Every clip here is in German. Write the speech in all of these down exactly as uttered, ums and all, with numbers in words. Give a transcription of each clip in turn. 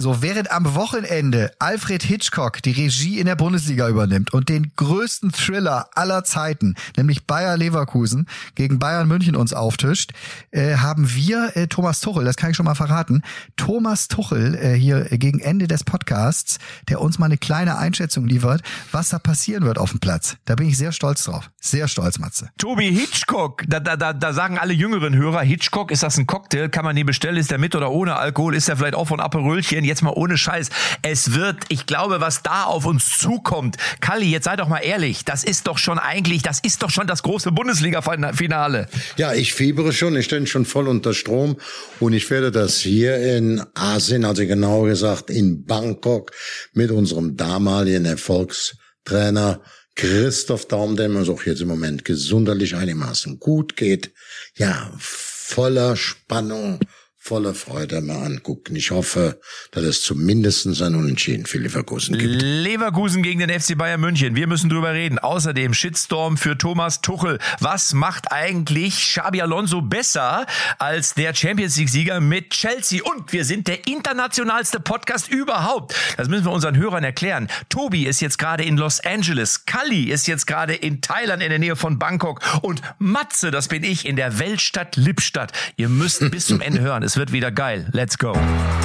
So, während am Wochenende Alfred Hitchcock die Regie in der Bundesliga übernimmt und den größten Thriller aller Zeiten, nämlich Bayer Leverkusen gegen Bayern München uns auftischt, äh, haben wir äh, Thomas Tuchel, das kann ich schon mal verraten, Thomas Tuchel äh, hier äh, gegen Ende des Podcasts, der uns mal eine kleine Einschätzung liefert, was da passieren wird auf dem Platz. Da bin ich sehr stolz drauf. Sehr stolz, Matze. Tobi, Hitchcock, da, da, da, da sagen alle jüngeren Hörer, Hitchcock, ist das ein Cocktail? Kann man den bestellen? Ist der mit oder ohne Alkohol? Ist der vielleicht auch von Aperölchen? Jetzt mal ohne Scheiß. Es wird, ich glaube, was da auf uns zukommt. Kalli, jetzt sei doch mal ehrlich. Das ist doch schon eigentlich, das ist doch schon das große Bundesliga-Finale. Ja, ich fiebere schon. Ich stehe schon voll unter Strom. Und ich werde das hier in Asien, also genauer gesagt in Bangkok, mit unserem damaligen Erfolgstrainer Christoph Daum, dem es auch jetzt im Moment gesundheitlich einigermaßen gut geht, ja, voller Spannung, voller Freude mal angucken. Ich hoffe, dass es zumindest ein Unentschieden für Leverkusen gibt. Leverkusen gegen den F C Bayern München. Wir müssen drüber reden. Außerdem Shitstorm für Thomas Tuchel. Was macht eigentlich Xabi Alonso besser als der Champions-League-Sieger mit Chelsea? Und wir sind der internationalste Podcast überhaupt. Das müssen wir unseren Hörern erklären. Tobi ist jetzt gerade in Los Angeles. Kalli ist jetzt gerade in Thailand in der Nähe von Bangkok. Und Matze, das bin ich, in der Weltstadt Lippstadt. Ihr müsst bis zum Ende hören. Es wird wieder geil. Let's go.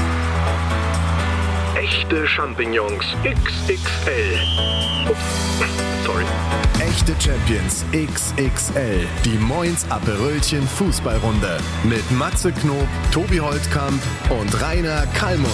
Echte Champignons X X L. Ups, sorry. Echte Champions X X L. Die Moins Aperölchen Fußballrunde. Mit Matze Knob, Tobi Holtkamp und Rainer Kallmund.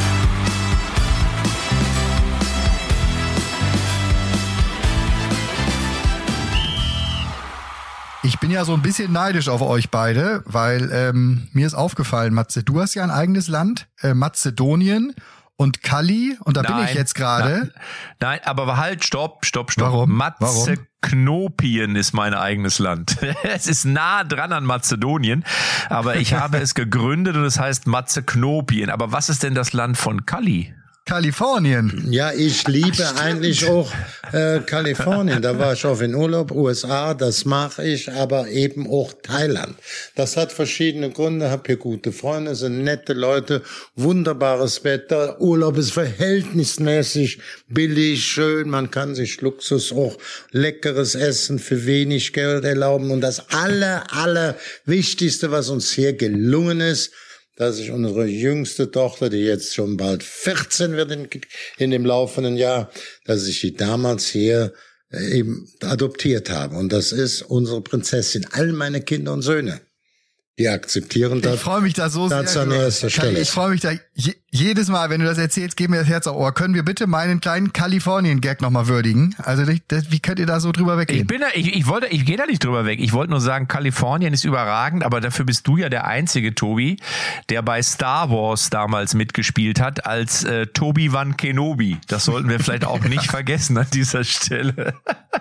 Ich bin ja so ein bisschen neidisch auf euch beide, weil ähm, mir ist aufgefallen, Matze, du hast ja ein eigenes Land, äh, Mazedonien und Kalli, und da nein, bin ich jetzt gerade. Nein, nein, aber halt, stopp, stopp, stopp. Warum? Mazeknopien ist mein eigenes Land. Es ist nah dran an Mazedonien, aber ich habe es gegründet und es heißt Mazeknopien. Aber was ist denn das Land von Kalli? Kalifornien. Ja, ich liebe Ach, eigentlich auch äh, Kalifornien. Da war ich auch in Urlaub, U S A, das mache ich, aber eben auch Thailand. Das hat verschiedene Gründe, hab hier gute Freunde, sind nette Leute, wunderbares Wetter, Urlaub ist verhältnismäßig billig, schön, man kann sich Luxus, auch leckeres Essen für wenig Geld erlauben. Und das aller, aller Wichtigste, was uns hier gelungen ist, dass ich unsere jüngste Tochter, die jetzt schon bald vierzehn wird in, in dem laufenden Jahr, dass ich die damals hier äh, eben adoptiert habe. Und das ist unsere Prinzessin. All meine Kinder und Söhne, die akzeptieren das. Ich freue mich da so das sehr. An erster Stelle. Ich freue mich da je, jedes Mal, wenn du das erzählst, geht mir das Herz auf Ohr. Können wir bitte meinen kleinen Kalifornien-Gag nochmal würdigen? Also das, das, wie könnt ihr da so drüber weggehen? Ich bin da, ich, ich wollte, ich gehe da nicht drüber weg. Ich wollte nur sagen, Kalifornien ist überragend, aber dafür bist du ja der einzige, Tobi, der bei Star Wars damals mitgespielt hat als äh, Tobi-Wan Kenobi. Das sollten wir vielleicht auch nicht vergessen an dieser Stelle.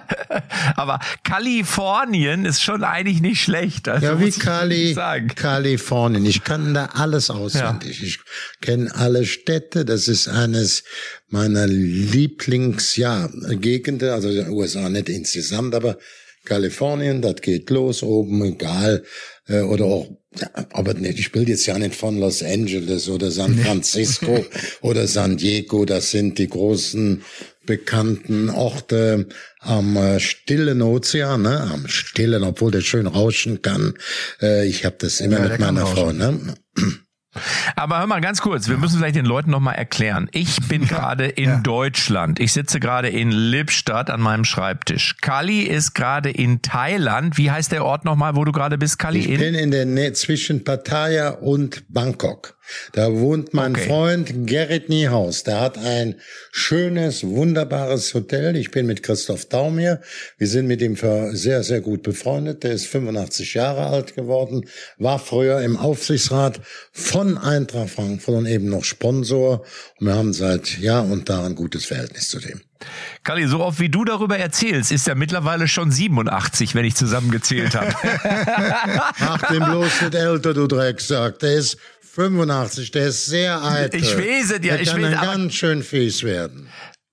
Aber Kalifornien ist schon eigentlich nicht schlecht. Also ja, wie Kali, sagen. Kalifornien. Ich kann da alles auswendig. Ja. Ich kenne alle Städte. Das ist eines meiner Lieblings, ja, Gegenden, also U S A nicht insgesamt, aber Kalifornien, das geht los, oben, egal, äh, oder auch, ja, aber nicht, ich will jetzt ja nicht von Los Angeles oder San Francisco oder San Diego, das sind die großen bekannten Orte am äh, stillen Ozean, ne, am stillen, obwohl der schön rauschen kann. Äh, ich habe das immer ja, mit meiner Frau, ne. Aber hör mal ganz kurz, wir müssen vielleicht den Leuten nochmal erklären. Ich bin gerade in ja. Deutschland. Ich sitze gerade in Lippstadt an meinem Schreibtisch. Kalli ist gerade in Thailand. Wie heißt der Ort nochmal, wo du gerade bist, Kalli? Ich bin in der Nähe zwischen Pattaya und Bangkok. Da wohnt mein okay. Freund Gerrit Niehaus. Der hat ein schönes, wunderbares Hotel. Ich bin mit Christoph Daum hier. Wir sind mit ihm sehr, sehr gut befreundet. Der ist fünfundachtzig Jahre alt geworden, war früher im Aufsichtsrat von Eintracht Frankfurt und eben noch Sponsor. Und wir haben seit Jahr und Tag ein gutes Verhältnis zu dem. Kalli, so oft wie du darüber erzählst, ist er mittlerweile schon siebenundachtzig, wenn ich zusammengezählt habe. Mach den bloß nicht älter, du Drecksack. Der ist fünfundachtzig, der ist sehr eitel. Ich weiß es, ja. Der ich kann weiß, dann ganz schön fies werden.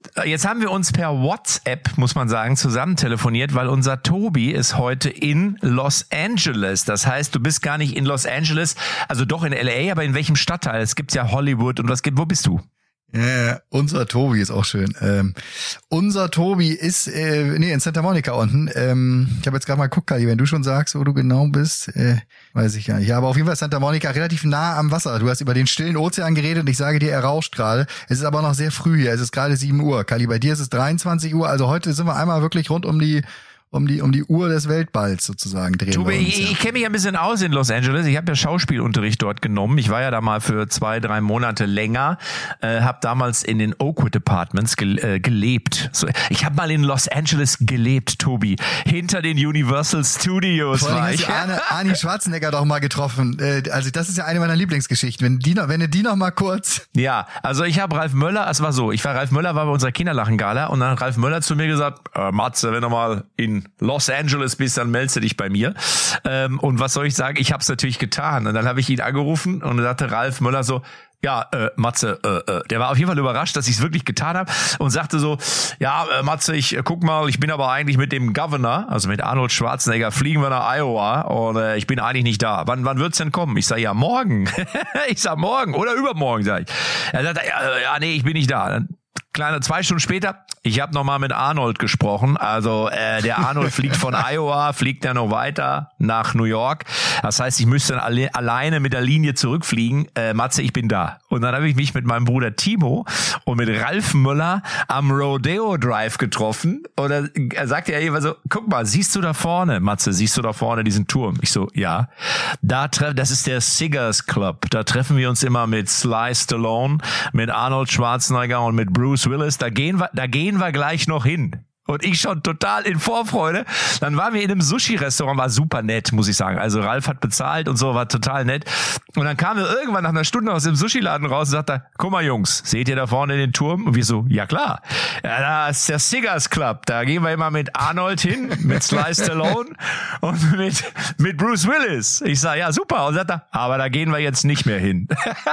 Jetzt haben wir uns per WhatsApp, muss man sagen, zusammen telefoniert, weil unser Tobi ist heute in Los Angeles. Das heißt, du bist gar nicht in Los Angeles, also doch in L A, aber in welchem Stadtteil? Es gibt ja Hollywood und was gibt, wo bist du? Ja, ja, unser Tobi ist auch schön. Ähm, unser Tobi ist äh, nee in Santa Monica unten. Ähm, ich habe jetzt gerade mal geguckt, Kali, wenn du schon sagst, wo du genau bist, äh, weiß ich gar nicht. Ja, aber auf jeden Fall Santa Monica relativ nah am Wasser. Du hast über den stillen Ozean geredet und ich sage dir, er rauscht gerade. Es ist aber noch sehr früh hier. Es ist gerade sieben Uhr. Kali, bei dir ist es dreiundzwanzig Uhr. Also heute sind wir einmal wirklich rund um die um die um die Uhr des Weltballs sozusagen drehen. Tobi, wir uns, ich, ja. ich kenne mich ein bisschen aus in Los Angeles. Ich habe ja Schauspielunterricht dort genommen. Ich war ja da mal für zwei, drei Monate länger. Äh, habe damals in den Oakwood Apartments ge äh, gelebt. So, ich habe mal in Los Angeles gelebt, Tobi. Hinter den Universal Studios Vor allem war hast ich. du Arne, Arnie Schwarzenegger doch mal getroffen. Äh, also das ist ja eine meiner Lieblingsgeschichten. Wenn die noch, wenn du die noch mal kurz. Ja, also ich habe Ralf Möller, es war so, ich war Ralf Möller, war bei unserer Kinderlachen-Gala und dann hat Ralf Möller zu mir gesagt, äh, Matze, wenn du mal in Los Angeles bist, dann meldest du dich bei mir. Ähm, und was soll ich sagen? Ich habe es natürlich getan. Und dann habe ich ihn angerufen und dann sagte Ralf Möller so, ja, äh, Matze, äh, äh, der war auf jeden Fall überrascht, dass ich es wirklich getan habe und sagte so, ja, äh, Matze, ich äh, guck mal, ich bin aber eigentlich mit dem Governor, also mit Arnold Schwarzenegger, fliegen wir nach Iowa und äh, ich bin eigentlich nicht da. Wann wann wird's denn kommen? Ich sage, ja, morgen. Ich sag morgen oder übermorgen, sag ich. Er sagt, ja, ja, nee, ich bin nicht da. Dann Kleine zwei Stunden später, ich habe nochmal mit Arnold gesprochen. Also äh, der Arnold fliegt von Iowa, fliegt dann noch weiter nach New York. Das heißt, ich müsste dann alle, alleine mit der Linie zurückfliegen. Äh, Matze, ich bin da. Und dann habe ich mich mit meinem Bruder Timo und mit Ralf Möller am Rodeo Drive getroffen. Und er, er sagte ja immer so, guck mal, siehst du da vorne, Matze, siehst du da vorne diesen Turm? Ich so, ja. Da treff, das ist der Cigars Club. Da treffen wir uns immer mit Sly Stallone, mit Arnold Schwarzenegger und mit Bruce Willis, da gehen wir, da gehen wir gleich noch hin. Und ich schon total in Vorfreude. Dann waren wir in einem Sushi-Restaurant, war super nett, muss ich sagen. Also Ralf hat bezahlt und so, war total nett. Und dann kamen wir irgendwann nach einer Stunde aus dem Sushi-Laden raus und sagte, guck mal Jungs, seht ihr da vorne den Turm? Und wir so, ja klar. Ja, da ist der Cigars Club. Da gehen wir immer mit Arnold hin, mit Sly Stallone und mit, mit Bruce Willis. Ich sag, ja super. Und sagt er, aber da gehen wir jetzt nicht mehr hin.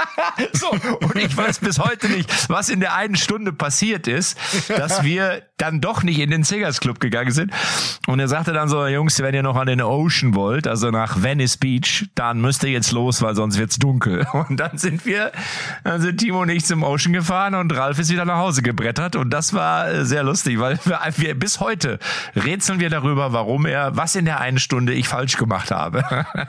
So, und ich weiß bis heute nicht, was in der einen Stunde passiert ist, dass wir dann doch nicht in den Cigars Club gegangen sind. Und er sagte dann so, Jungs, wenn ihr noch an den Ocean wollt, also nach Venice Beach, dann müsst ihr jetzt los, weil sonst wird's dunkel. Und dann sind wir, dann sind Timo und ich zum Ocean gefahren und Ralf ist wieder nach Hause gebrettert. Und das war sehr lustig, weil wir, wir bis heute rätseln wir darüber, warum er, was in der einen Stunde ich falsch gemacht habe.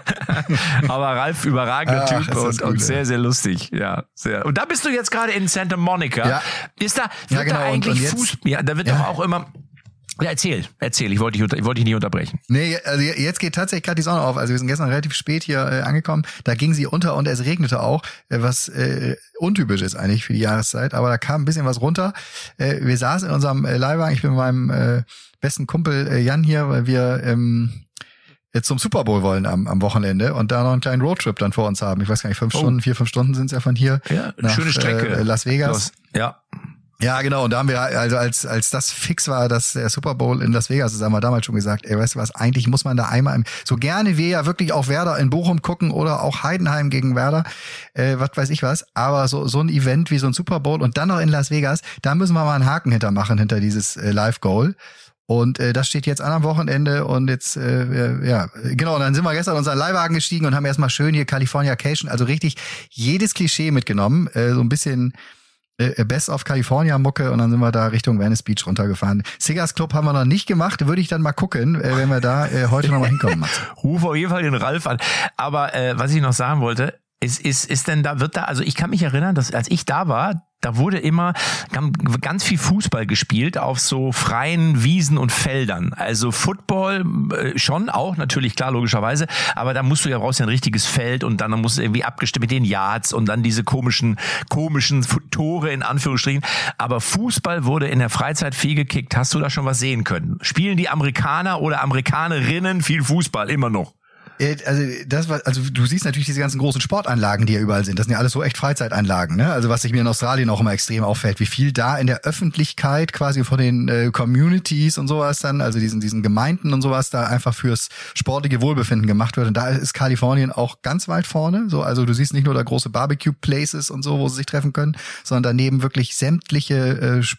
Aber Ralf, überragender Ach, Typ ist und, gut, und ey. sehr, sehr lustig. Ja, sehr. Und da bist du jetzt gerade in Santa Monica. Ja. Ist da, wird Ja, genau. da Und- eigentlich und jetzt- Fußball? Ja, da wird Ja. doch auch immer. Ja, erzähl, erzähl. Ich wollte dich, unter, ich wollte dich nicht unterbrechen. Nee, also jetzt geht tatsächlich gerade die Sonne auf. Also wir sind gestern relativ spät hier äh, angekommen. Da ging sie unter und es regnete auch, äh, was äh, untypisch ist eigentlich für die Jahreszeit. Aber da kam ein bisschen was runter. Äh, wir saßen in unserem äh, Leihwagen. Ich bin mit meinem äh, besten Kumpel äh, Jan hier, weil wir ähm, jetzt zum Super Bowl wollen am, am Wochenende und da noch einen kleinen Roadtrip dann vor uns haben. Ich weiß gar nicht, fünf Oh. Stunden, vier, fünf Stunden sind es ja von hier Ja, nach schöne Strecke. Äh, Las Vegas. Los. Ja. Ja, genau. Und da haben wir, also als als das fix war, dass der Super Bowl in Las Vegas ist, haben wir damals schon gesagt, ey, weißt du was, eigentlich muss man da einmal, im, so gerne wir ja wirklich auch Werder in Bochum gucken oder auch Heidenheim gegen Werder, äh, was weiß ich was, aber so so ein Event wie so ein Super Bowl und dann noch in Las Vegas, da müssen wir mal einen Haken hintermachen, hinter dieses äh, Live-Goal. Und äh, das steht jetzt an am Wochenende und jetzt, äh, ja, genau, und dann sind wir gestern in unseren Leihwagen gestiegen und haben erstmal schön hier Californication, also richtig jedes Klischee mitgenommen, äh, so ein bisschen äh, Best of California Mucke und dann sind wir da Richtung Venice Beach runtergefahren. Cigars Club haben wir noch nicht gemacht, würde ich dann mal gucken, äh, wenn wir da äh, heute noch mal hinkommen. Matze. Ruf auf jeden Fall den Ralf an. Aber äh, was ich noch sagen wollte, ist, ist, ist denn da, wird da, also ich kann mich erinnern, dass als ich da war, da wurde immer ganz viel Fußball gespielt auf so freien Wiesen und Feldern. Also Football äh, schon auch, natürlich, klar, logischerweise. Aber da musst du ja brauchst ja ein richtiges Feld und dann musst du irgendwie abgestimmt mit den Yards und dann diese komischen, komischen Tore in Anführungsstrichen. Aber Fußball wurde in der Freizeit viel gekickt. Hast du da schon was sehen können? Spielen die Amerikaner oder Amerikanerinnen viel Fußball immer noch? Also das war, also du siehst natürlich diese ganzen großen Sportanlagen, die ja überall sind. Das sind ja alles so echt Freizeitanlagen, ne? Also was sich mir in Australien auch immer extrem auffällt, wie viel da in der Öffentlichkeit quasi von den äh, Communities und sowas dann, also diesen diesen Gemeinden und sowas da einfach fürs sportliche Wohlbefinden gemacht wird. Und da ist Kalifornien auch ganz weit vorne. So, also du siehst nicht nur da große Barbecue-Places und so, wo sie sich treffen können, sondern daneben wirklich sämtliche äh, Sport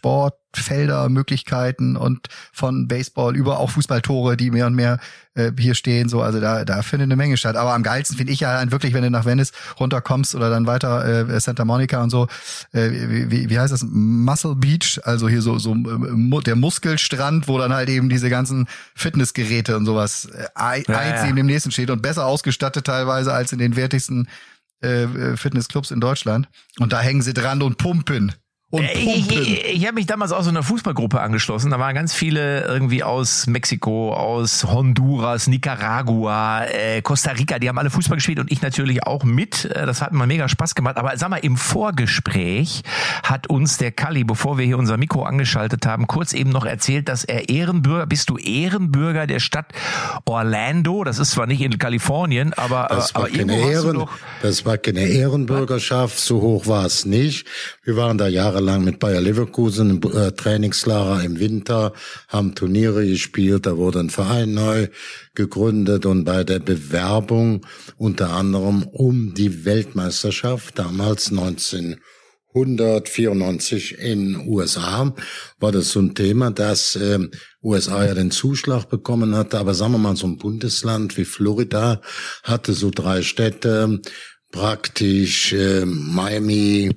Sportfelder-Möglichkeiten und von Baseball über auch Fußballtore, die mehr und mehr äh, hier stehen. So, also da da findet eine Menge statt. Aber am geilsten finde ich ja dann wirklich, wenn du nach Venice runterkommst oder dann weiter äh, Santa Monica und so. Äh, wie, wie heißt das? Muscle Beach, also hier so so äh, der Muskelstrand, wo dann halt eben diese ganzen Fitnessgeräte und sowas äh, eins ja, ja. neben dem nächsten steht und besser ausgestattet teilweise als in den wertigsten äh, Fitnessclubs in Deutschland. Und da hängen sie dran und pumpen. Und Ich, pumpen. ich, ich habe mich damals auch so einer Fußballgruppe angeschlossen. Da waren ganz viele irgendwie aus Mexiko, aus Honduras, Nicaragua, äh, Costa Rica. Die haben alle Fußball gespielt und ich natürlich auch mit. Das hat mir mega Spaß gemacht. Aber sag mal, im Vorgespräch hat uns der Kalli, bevor wir hier unser Mikro angeschaltet haben, kurz eben noch erzählt, dass er Ehrenbürger, bist du Ehrenbürger der Stadt Orlando? Das ist zwar nicht in Kalifornien, aber, Das war, aber keine, irgendwo hast du Ehren, doch... das war keine Ehrenbürgerschaft, so hoch war es nicht. Wir waren da jahrelang mit Bayer Leverkusen im äh, Trainingslager im Winter, haben Turniere gespielt, da wurde ein Verein neu gegründet und bei der Bewerbung unter anderem um die Weltmeisterschaft, damals neunzehnhundertvierundneunzig in U S A, war das so ein Thema, dass äh, U S A ja den Zuschlag bekommen hatte, aber sagen wir mal, so ein Bundesland wie Florida hatte so drei Städte, praktisch äh, Miami,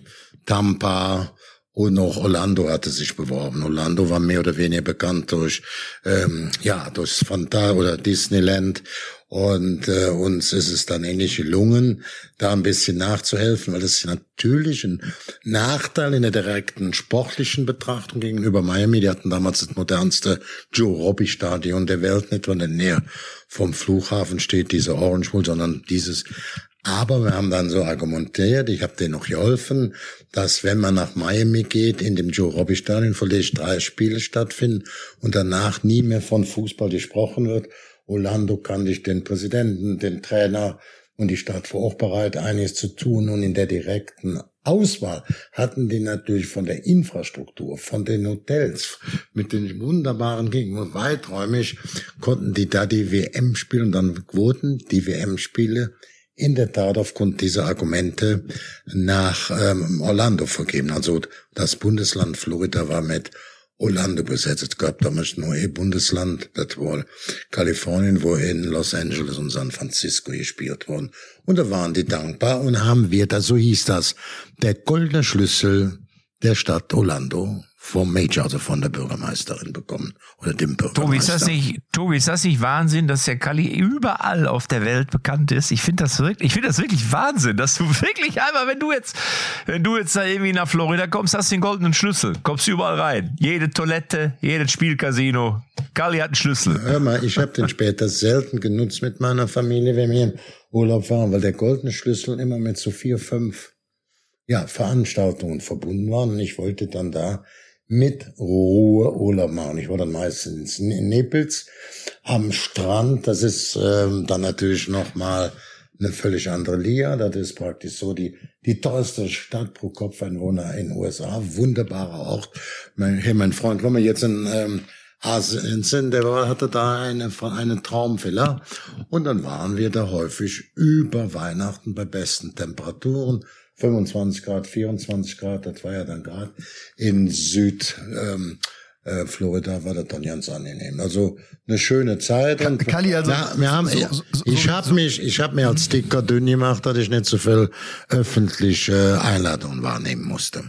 Tampa und auch Orlando hatte sich beworben. Orlando war mehr oder weniger bekannt durch ähm, ja durchs Fanta oder Disneyland. Und äh, uns ist es dann ähnlich gelungen, da ein bisschen nachzuhelfen, weil das ist natürlich ein Nachteil in der direkten sportlichen Betrachtung gegenüber Miami. Die hatten damals das modernste Joe Robbie Stadion der Welt, nicht nur in der Nähe vom Flughafen steht diese Orange Bowl, sondern dieses. Aber wir haben dann so argumentiert, ich habe denen noch geholfen, dass wenn man nach Miami geht, in dem Joe Robbie Stadion vielleicht drei Spiele stattfinden und danach nie mehr von Fußball gesprochen wird. Orlando kann dich den Präsidenten, den Trainer und die Stadt war auch bereit, einiges zu tun. Und in der direkten Auswahl hatten die natürlich von der Infrastruktur, von den Hotels, mit den wunderbaren Gegenden, weiträumig, konnten die da die W M spielen. Und dann wurden die W M-Spiele in der Tat aufgrund dieser Argumente nach ähm, Orlando vergeben. Also das Bundesland Florida war mit Orlando besetzt. Es gab damals nur ein Bundesland, das war Kalifornien, wo in Los Angeles und San Francisco gespielt wurden. Und da waren die dankbar und haben wir, da so hieß das, der goldene Schlüssel der Stadt Orlando vom Major, also von der Bürgermeisterin bekommen oder dem Bürgermeister. Tobi, ist das nicht, Tobi, ist das nicht Wahnsinn, dass der Kalli überall auf der Welt bekannt ist? Ich finde das wirklich, ich finde das wirklich Wahnsinn, dass du wirklich einmal, wenn du jetzt, wenn du jetzt da irgendwie nach Florida kommst, hast du den goldenen Schlüssel, kommst du überall rein. Jede Toilette, jedes Spielcasino. Kalli hat einen Schlüssel. Hör mal, ich habe den später selten genutzt mit meiner Familie, wenn wir im Urlaub waren, weil der goldene Schlüssel immer mit so vier, fünf, ja, Veranstaltungen verbunden war und ich wollte dann da mit Ruhe Urlaub machen. Ich war dann meistens in Naples am Strand. Das ist ähm, dann natürlich nochmal eine völlig andere Liga. Das ist praktisch so die die teuerste Stadt pro Kopfeinwohner in den U S A. Wunderbarer Ort. Mein, hey, mein Freund, wenn wir jetzt in ähm, Asien sind, der war, hatte da eine, eine Traumvilla. Und dann waren wir da häufig über Weihnachten bei besten Temperaturen. fünfundzwanzig Grad, vierundzwanzig Grad, das war ja dann gerade in Süd ähm, äh, Florida, war das dann ganz angenehm. Also eine schöne Zeit. Und Kalli, also ja, wir haben, so, so, so, ich habe so, mich, ich habe mir als Dicker dünn gemacht, dass ich nicht so viel öffentliche Einladungen wahrnehmen musste.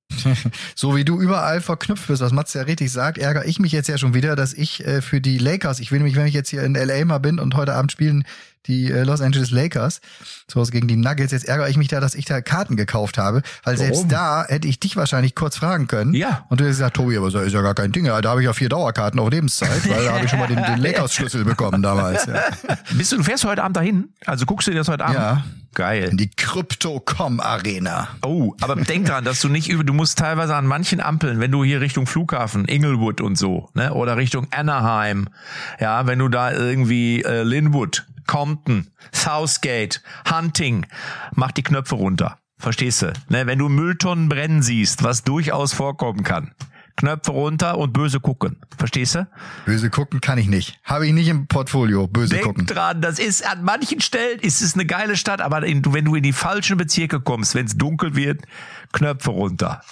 So wie du überall verknüpft bist, was Mats ja richtig sagt, ärgere ich mich jetzt ja schon wieder, dass ich äh, für die Lakers, ich will nämlich, wenn ich jetzt hier in L A mal bin und heute Abend spielen die äh, Los Angeles Lakers, zu Hause gegen die Nuggets, jetzt ärgere ich mich da, dass ich da Karten gekauft habe, weil Warum? selbst da hätte ich dich wahrscheinlich kurz fragen können. Ja. Und du hättest gesagt, Tobi, aber das ist ja gar kein Ding, da habe ich ja vier Dauerkarten auf Lebenszeit, weil da habe ich schon mal den, den Lakers-Schlüssel bekommen damals. Ja. Bist du, du fährst heute Abend dahin? Also guckst du dir das heute Abend? Ja. Geil. In die Crypto.com Arena. Oh, aber denk dran, dass du nicht über, du musst teilweise an manchen Ampeln, wenn du hier Richtung Flughafen, Inglewood und so, ne, oder Richtung Anaheim, ja, wenn du da irgendwie äh, Linwood, Compton, Southgate, Hunting, mach die Knöpfe runter. Verstehst du? Ne, wenn du Mülltonnen brennen siehst, was durchaus vorkommen kann, Knöpfe runter und böse gucken. Verstehst du? Böse gucken kann ich nicht. Habe ich nicht im Portfolio. Böse Denk gucken. dran, das ist an manchen Stellen ist es eine geile Stadt, aber in, wenn du in die falschen Bezirke kommst, wenn es dunkel wird, Knöpfe runter.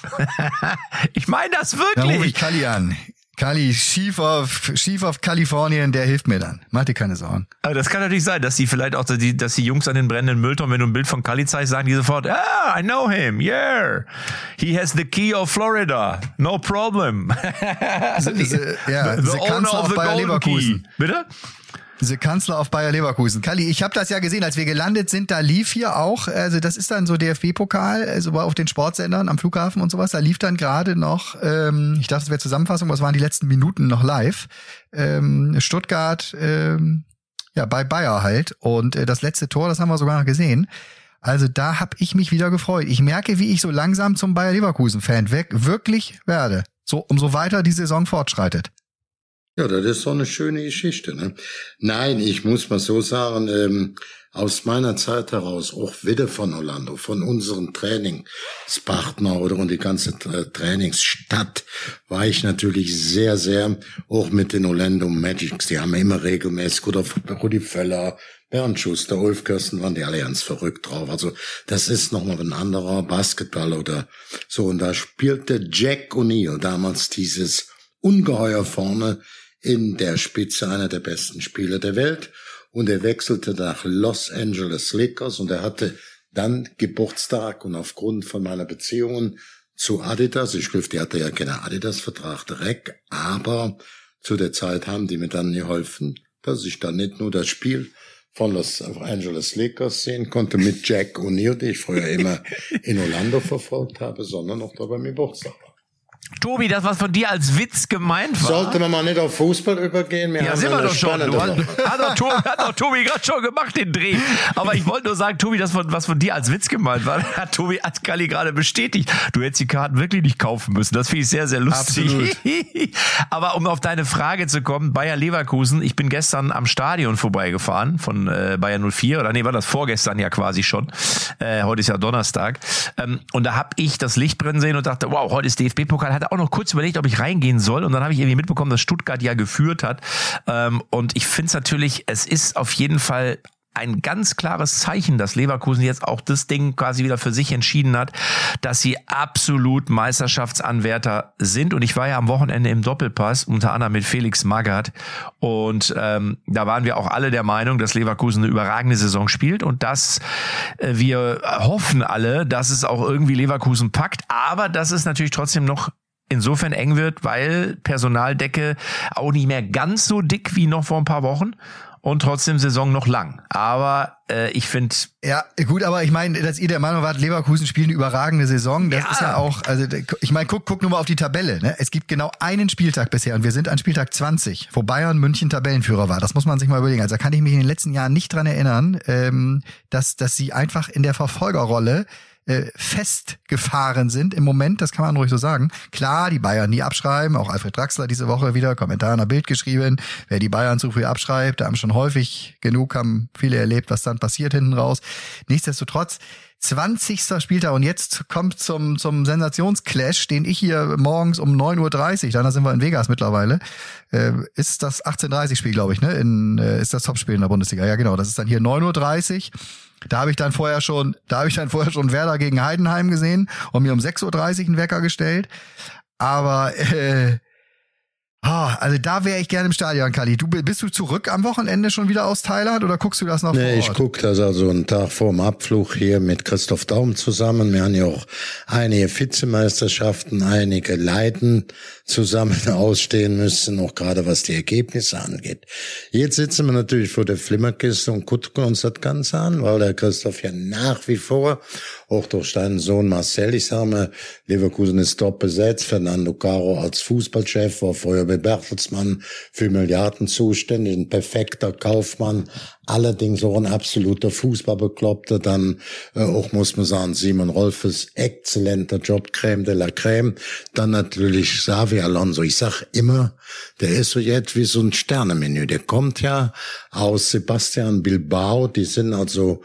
Ich meine das Dann rufe ich wirklich. Kali an. Kali, Chief of, Chief of Kalifornien, der hilft mir dann. Mach dir keine Sorgen. Aber das kann natürlich sein, dass die vielleicht auch, die, dass die Jungs an den brennenden Mülltonnen, wenn du ein Bild von Kali zeigst, sagen die sofort, ah, I know him, yeah. He has the key of Florida. No problem. The, the, ja, the, the the Kanzler auf Bayer Leverkusen. Key. Bitte? Diese Kanzler auf Bayer Leverkusen. Kali, ich habe das ja gesehen, als wir gelandet sind, da lief hier auch, also das ist dann so D F B-Pokal, also auf den Sportsendern am Flughafen und sowas, da lief dann gerade noch, ähm, ich dachte, es wäre Zusammenfassung, was waren die letzten Minuten noch live, ähm, Stuttgart, ähm, ja, bei Bayer halt und äh, das letzte Tor, das haben wir sogar noch gesehen. Also da habe ich mich wieder gefreut. Ich merke, wie ich so langsam zum Bayer Leverkusen-Fan wirklich werde, so umso weiter die Saison fortschreitet. Ja, das ist so eine schöne Geschichte, ne? Nein, ich muss mal so sagen, ähm, aus meiner Zeit heraus, auch wieder von Orlando, von unseren Trainingspartner oder und die ganze Tra- Trainingsstadt, war ich natürlich sehr, sehr auch mit den Orlando Magics. Die haben immer regelmäßig, oder Rudi Völler, Bernd Schuster, Ulf Kirsten, waren die alle ganz verrückt drauf. Also das ist nochmal ein anderer Basketball oder so. Und da spielte Jack O'Neal damals dieses Ungeheuer vorne in der Spitze, einer der besten Spieler der Welt. Und er wechselte nach Los Angeles Lakers und er hatte dann Geburtstag und aufgrund von meiner Beziehungen zu Adidas, ich glaube, die hatte ja keinen Adidas-Vertrag direkt, aber zu der Zeit haben die mir dann geholfen, dass ich dann nicht nur das Spiel von Los Angeles Lakers sehen konnte mit Jack O'Neal, die ich früher immer in Orlando verfolgt habe, sondern auch da bei mir Geburtstag war. Tobi, das, was von dir als Witz gemeint war. Sollte man mal nicht auf Fußball übergehen? Wir Ja, haben sind wir eine doch schon. spannende Du hast, Woche. hat doch Tobi, hat doch Tobi gerade schon gemacht, den Dreh. Aber ich wollte nur sagen, Tobi, das, von, was von dir als Witz gemeint war, hat Tobi hat Kali gerade bestätigt. Du hättest die Karten wirklich nicht kaufen müssen. Das finde ich sehr, sehr lustig. Absolut. Aber um auf deine Frage zu kommen, Bayer Leverkusen, ich bin gestern am Stadion vorbeigefahren von äh, Bayer null vier, oder nee, war das vorgestern ja quasi schon. Äh, heute ist ja Donnerstag. Ähm, und da habe ich das Licht brennen sehen und dachte, wow, heute ist D F B-Pokal. Hatte auch noch kurz überlegt, ob ich reingehen soll. Und dann habe ich irgendwie mitbekommen, dass Stuttgart ja geführt hat. Ähm, und ich finde es natürlich, es ist auf jeden Fall ein ganz klares Zeichen, dass Leverkusen jetzt auch das Ding quasi wieder für sich entschieden hat, dass sie absolut Meisterschaftsanwärter sind. Und ich war ja am Wochenende im Doppelpass, unter anderem mit Felix Magath. Und ähm, da waren wir auch alle der Meinung, dass Leverkusen eine überragende Saison spielt und dass äh, wir hoffen alle, dass es auch irgendwie Leverkusen packt. Aber dass es natürlich trotzdem noch insofern eng wird, weil Personaldecke auch nicht mehr ganz so dick wie noch vor ein paar Wochen und trotzdem Saison noch lang. Aber äh, ich finde... Ja, gut, aber ich meine, dass ihr der Meinung wart, Leverkusen spielt eine überragende Saison, das Ja. ist ja auch, also ich meine, guck, guck nur mal auf die Tabelle, ne? Es gibt genau einen Spieltag bisher und wir sind an Spieltag zwanzig, wo Bayern München Tabellenführer war. Das muss man sich mal überlegen. Also da kann ich mich in den letzten Jahren nicht dran erinnern, ähm, dass, dass sie einfach in der Verfolgerrolle festgefahren sind im Moment, das kann man ruhig so sagen. Klar, die Bayern nie abschreiben, auch Alfred Draxler diese Woche wieder Kommentar in der Bild geschrieben, wer die Bayern zu früh abschreibt, da haben schon häufig genug, haben viele erlebt, was dann passiert hinten raus. Nichtsdestotrotz, zwanzigster Spieltag und jetzt kommt zum zum Sensationsclash, den ich hier morgens um neun Uhr dreißig, dann sind wir in Vegas mittlerweile, äh, ist das achtzehn Uhr dreißig Spiel, glaube ich, ne? In, äh, ist das Topspiel in der Bundesliga. Ja, genau, das ist dann hier neun Uhr dreißig. Da habe ich dann vorher schon, da habe ich dann vorher schon Werder gegen Heidenheim gesehen und mir um sechs Uhr dreißig einen Wecker gestellt. Aber äh, ah, also da wäre ich gerne im Stadion, Kali. Du bist du zurück am Wochenende schon wieder aus Thailand oder guckst du das noch Nee, vor Ort? ich gucke das also einen Tag vor dem Abflug hier mit Christoph Daum zusammen. Wir haben ja auch einige Vizemeisterschaften, einige Leiden zusammen ausstehen müssen, auch gerade was die Ergebnisse angeht. Jetzt sitzen wir natürlich vor der Flimmerkiste und gucken uns das Ganze an, weil der Christoph ja nach wie vor, auch durch deinen Sohn Marcel, ich sage mal, Leverkusen ist top besetzt, Fernando Caro als Fußballchef, war vorher bei Bertelsmann für Milliarden zuständig, ein perfekter Kaufmann, allerdings auch ein absoluter Fußballbekloppter, dann äh, auch, muss man sagen, Simon Rolfes, exzellenter Job, Crème de la Crème, dann natürlich Xavi Alonso, ich sag immer, der ist so jetzt wie so ein Sternemenü, der kommt ja aus Sebastian Bilbao, die sind also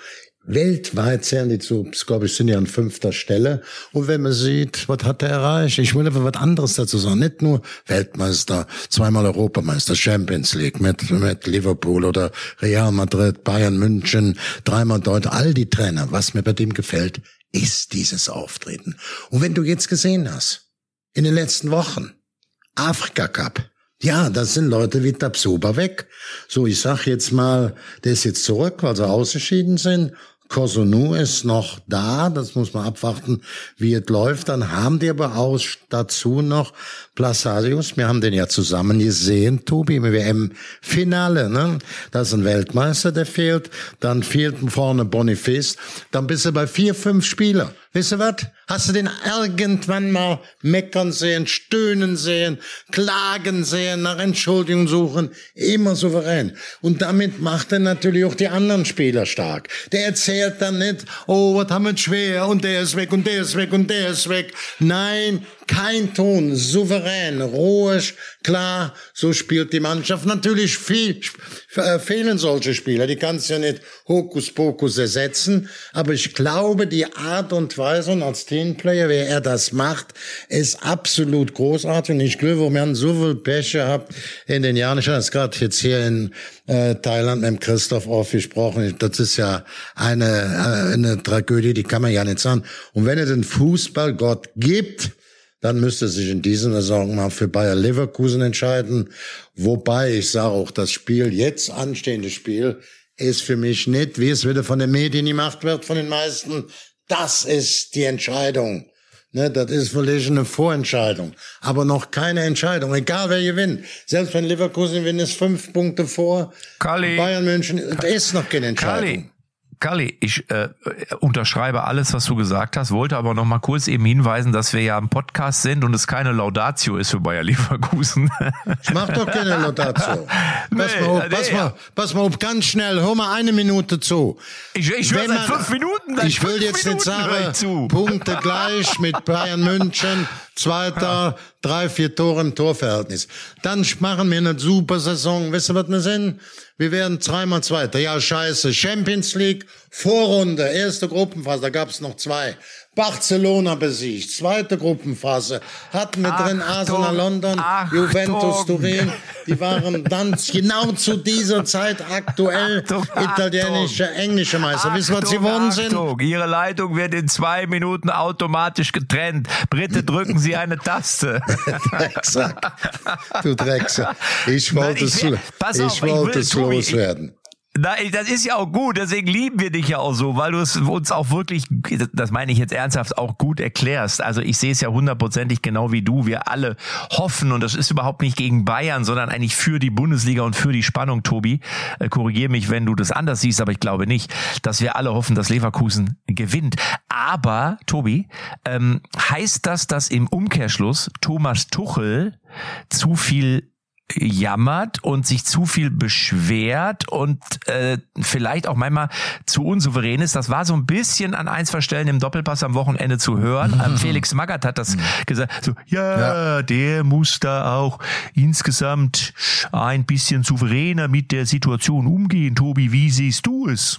Weltweit zählen die zu, glaube ich, sind ja an fünfter Stelle. Und wenn man sieht, was hat er erreicht? Ich will aber was anderes dazu sagen. Nicht nur Weltmeister, zweimal Europameister, Champions League mit, mit Liverpool oder Real Madrid, Bayern München, dreimal Deutsch, all die Trainer. Was mir bei dem gefällt, ist dieses Auftreten. Und wenn du jetzt gesehen hast, in den letzten Wochen, Afrika Cup, ja, das sind Leute wie Tabsoba weg. So, ich sag jetzt mal, der ist jetzt zurück, weil sie ausgeschieden sind. Cotonou ist noch da, das muss man abwarten, wie es läuft. Dann haben die aber auch dazu noch Plasadius, wir haben den ja zusammen gesehen, Tobi, im W M-Finale, ne? Das ist ein Weltmeister, der fehlt. Dann fehlt vorne Boniface. Dann bist du bei vier, fünf Spieler. Wisst ihr was? Hast du den irgendwann mal meckern sehen, stöhnen sehen, klagen sehen, nach Entschuldigung suchen? Immer souverän. Und damit macht er natürlich auch die anderen Spieler stark. Der erzählt dann nicht, oh, was haben wir schwer, und der ist weg, und der ist weg, und der ist weg. Nein, kein Ton, souverän, ruhig, klar, so spielt die Mannschaft. Natürlich viel, äh, fehlen solche Spieler, die kannst du ja nicht Hokuspokus ersetzen, aber ich glaube, die Art und Weise, und als Teamplayer, wie er das macht, ist absolut großartig. Und ich glaube, wir haben so viel Pech gehabt in den Jahren. Ich habe das gerade jetzt hier in äh, Thailand mit dem Christoph aufgesprochen. Das ist ja eine, äh, eine Tragödie, die kann man ja nicht sagen. Und wenn es den Fußballgott gibt, dann müsste sich in dieser Saison mal für Bayer Leverkusen entscheiden. Wobei, ich sage auch, das Spiel, jetzt anstehende Spiel, ist für mich nicht, wie es wieder von den Medien gemacht wird, von den meisten. Das ist die Entscheidung. Ne, das ist vielleicht eine Vorentscheidung. Aber noch keine Entscheidung. Egal wer gewinnt. Selbst wenn Leverkusen gewinnt, ist fünf Punkte vor. Kalli. Bayern München, das ist noch keine Entscheidung. Kalli. Kalli, ich äh, unterschreibe alles, was du gesagt hast, wollte aber noch mal kurz eben hinweisen, dass wir ja im Podcast sind und es keine Laudatio ist für Bayer Leverkusen. Ich mach doch keine Laudatio. Nee, pass mal auf, pass nee, mal, pass mal auf, ganz schnell, hör mal eine Minute zu. Ich, ich höre Wenn seit man- fünf Minuten. Seit Ich will fünf jetzt Minuten nicht höre ich sagen, zu. Punkte gleich mit Bayern München, Zweiter, drei, vier Tore im Torverhältnis. Dann machen wir eine super Saison. Wisst ihr, was wir sind? Wir werden dreimal Zweiter. Ja, scheiße. Champions League, Vorrunde, erste Gruppenphase, da gab's noch zwei. Barcelona besiegt, zweite Gruppenphase. Hatten wir drin Achtung, Arsenal London, Achtung. Juventus Turin. Die waren dann genau zu dieser Zeit aktuell Achtung, italienische, englische Meister. Wisst ihr, was sie geworden sind? Achtung, Ihre Leitung wird in zwei Minuten automatisch getrennt. Bitte drücken Sie eine Taste. Drecksack. Du Drecksack. Ich Nein, wollte ich es, will- pass auf, ich ich wollte will, es Tobi, loswerden. Nein, das ist ja auch gut, deswegen lieben wir dich ja auch so, weil du es uns auch wirklich, das meine ich jetzt ernsthaft, auch gut erklärst. Also ich sehe es ja hundertprozentig genau wie du. Wir alle hoffen, und das ist überhaupt nicht gegen Bayern, sondern eigentlich für die Bundesliga und für die Spannung, Tobi. Äh, korrigier mich, wenn du das anders siehst, aber ich glaube nicht, dass wir alle hoffen, dass Leverkusen gewinnt. Aber, Tobi, ähm, heißt das, dass im Umkehrschluss Thomas Tuchel zu viel jammert und sich zu viel beschwert und äh, vielleicht auch manchmal zu unsouverän ist? Das war so ein bisschen an ein, zwei Stellen im Doppelpass am Wochenende zu hören. Ähm, Felix Magath hat das gesagt. So, ja, ja, der muss da auch insgesamt ein bisschen souveräner mit der Situation umgehen. Tobi, wie siehst du es?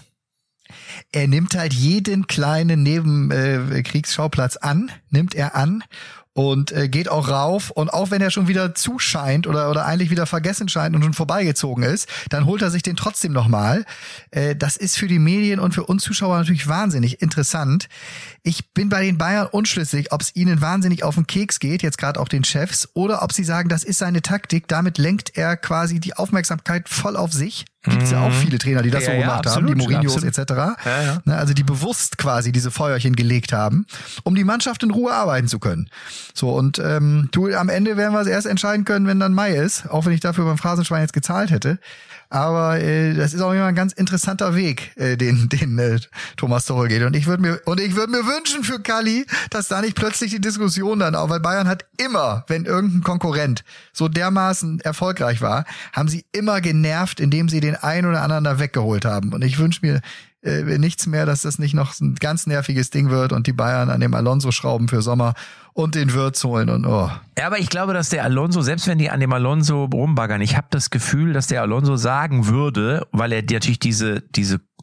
Er nimmt halt jeden kleinen Nebenkriegsschauplatz an, nimmt er an und äh, geht auch rauf. Und auch wenn er schon wieder zuscheint oder oder eigentlich wieder vergessen scheint und schon vorbeigezogen ist, dann holt er sich den trotzdem nochmal. Äh, das ist für die Medien und für uns Zuschauer natürlich wahnsinnig interessant. Ich bin bei den Bayern unschlüssig, ob es ihnen wahnsinnig auf den Keks geht, jetzt gerade auch den Chefs, oder ob sie sagen, das ist seine Taktik. Damit lenkt er quasi die Aufmerksamkeit voll auf sich. Gibt's ja auch viele Trainer, die das Ja, so ja, gemacht absolut, haben, die Mourinhos absolut. et cetera. Ja, ja. Ne, also die bewusst quasi diese Feuerchen gelegt haben, um die Mannschaft in Ruhe arbeiten zu können. So, und ähm, du, am Ende werden wir es erst entscheiden können, wenn dann Mai ist, auch wenn ich dafür beim Phrasenschwein jetzt gezahlt hätte. Aber äh, das ist auch immer ein ganz interessanter Weg, äh, den den äh, Thomas Tuchel geht. Und ich würde mir und ich würde mir wünschen für Kalli, dass da nicht plötzlich die Diskussion dann auch, weil Bayern hat immer, wenn irgendein Konkurrent so dermaßen erfolgreich war, haben sie immer genervt, indem sie den einen oder anderen da weggeholt haben. Und ich wünsche mir äh, nichts mehr, dass das nicht noch ein ganz nerviges Ding wird und die Bayern an dem Alonso schrauben für Sommer und den Wirtz holen und oh. Ja, aber ich glaube, dass der Alonso, selbst wenn die an dem Alonso rumbaggern, ich habe das Gefühl, dass der Alonso sagen würde, weil er natürlich diese diese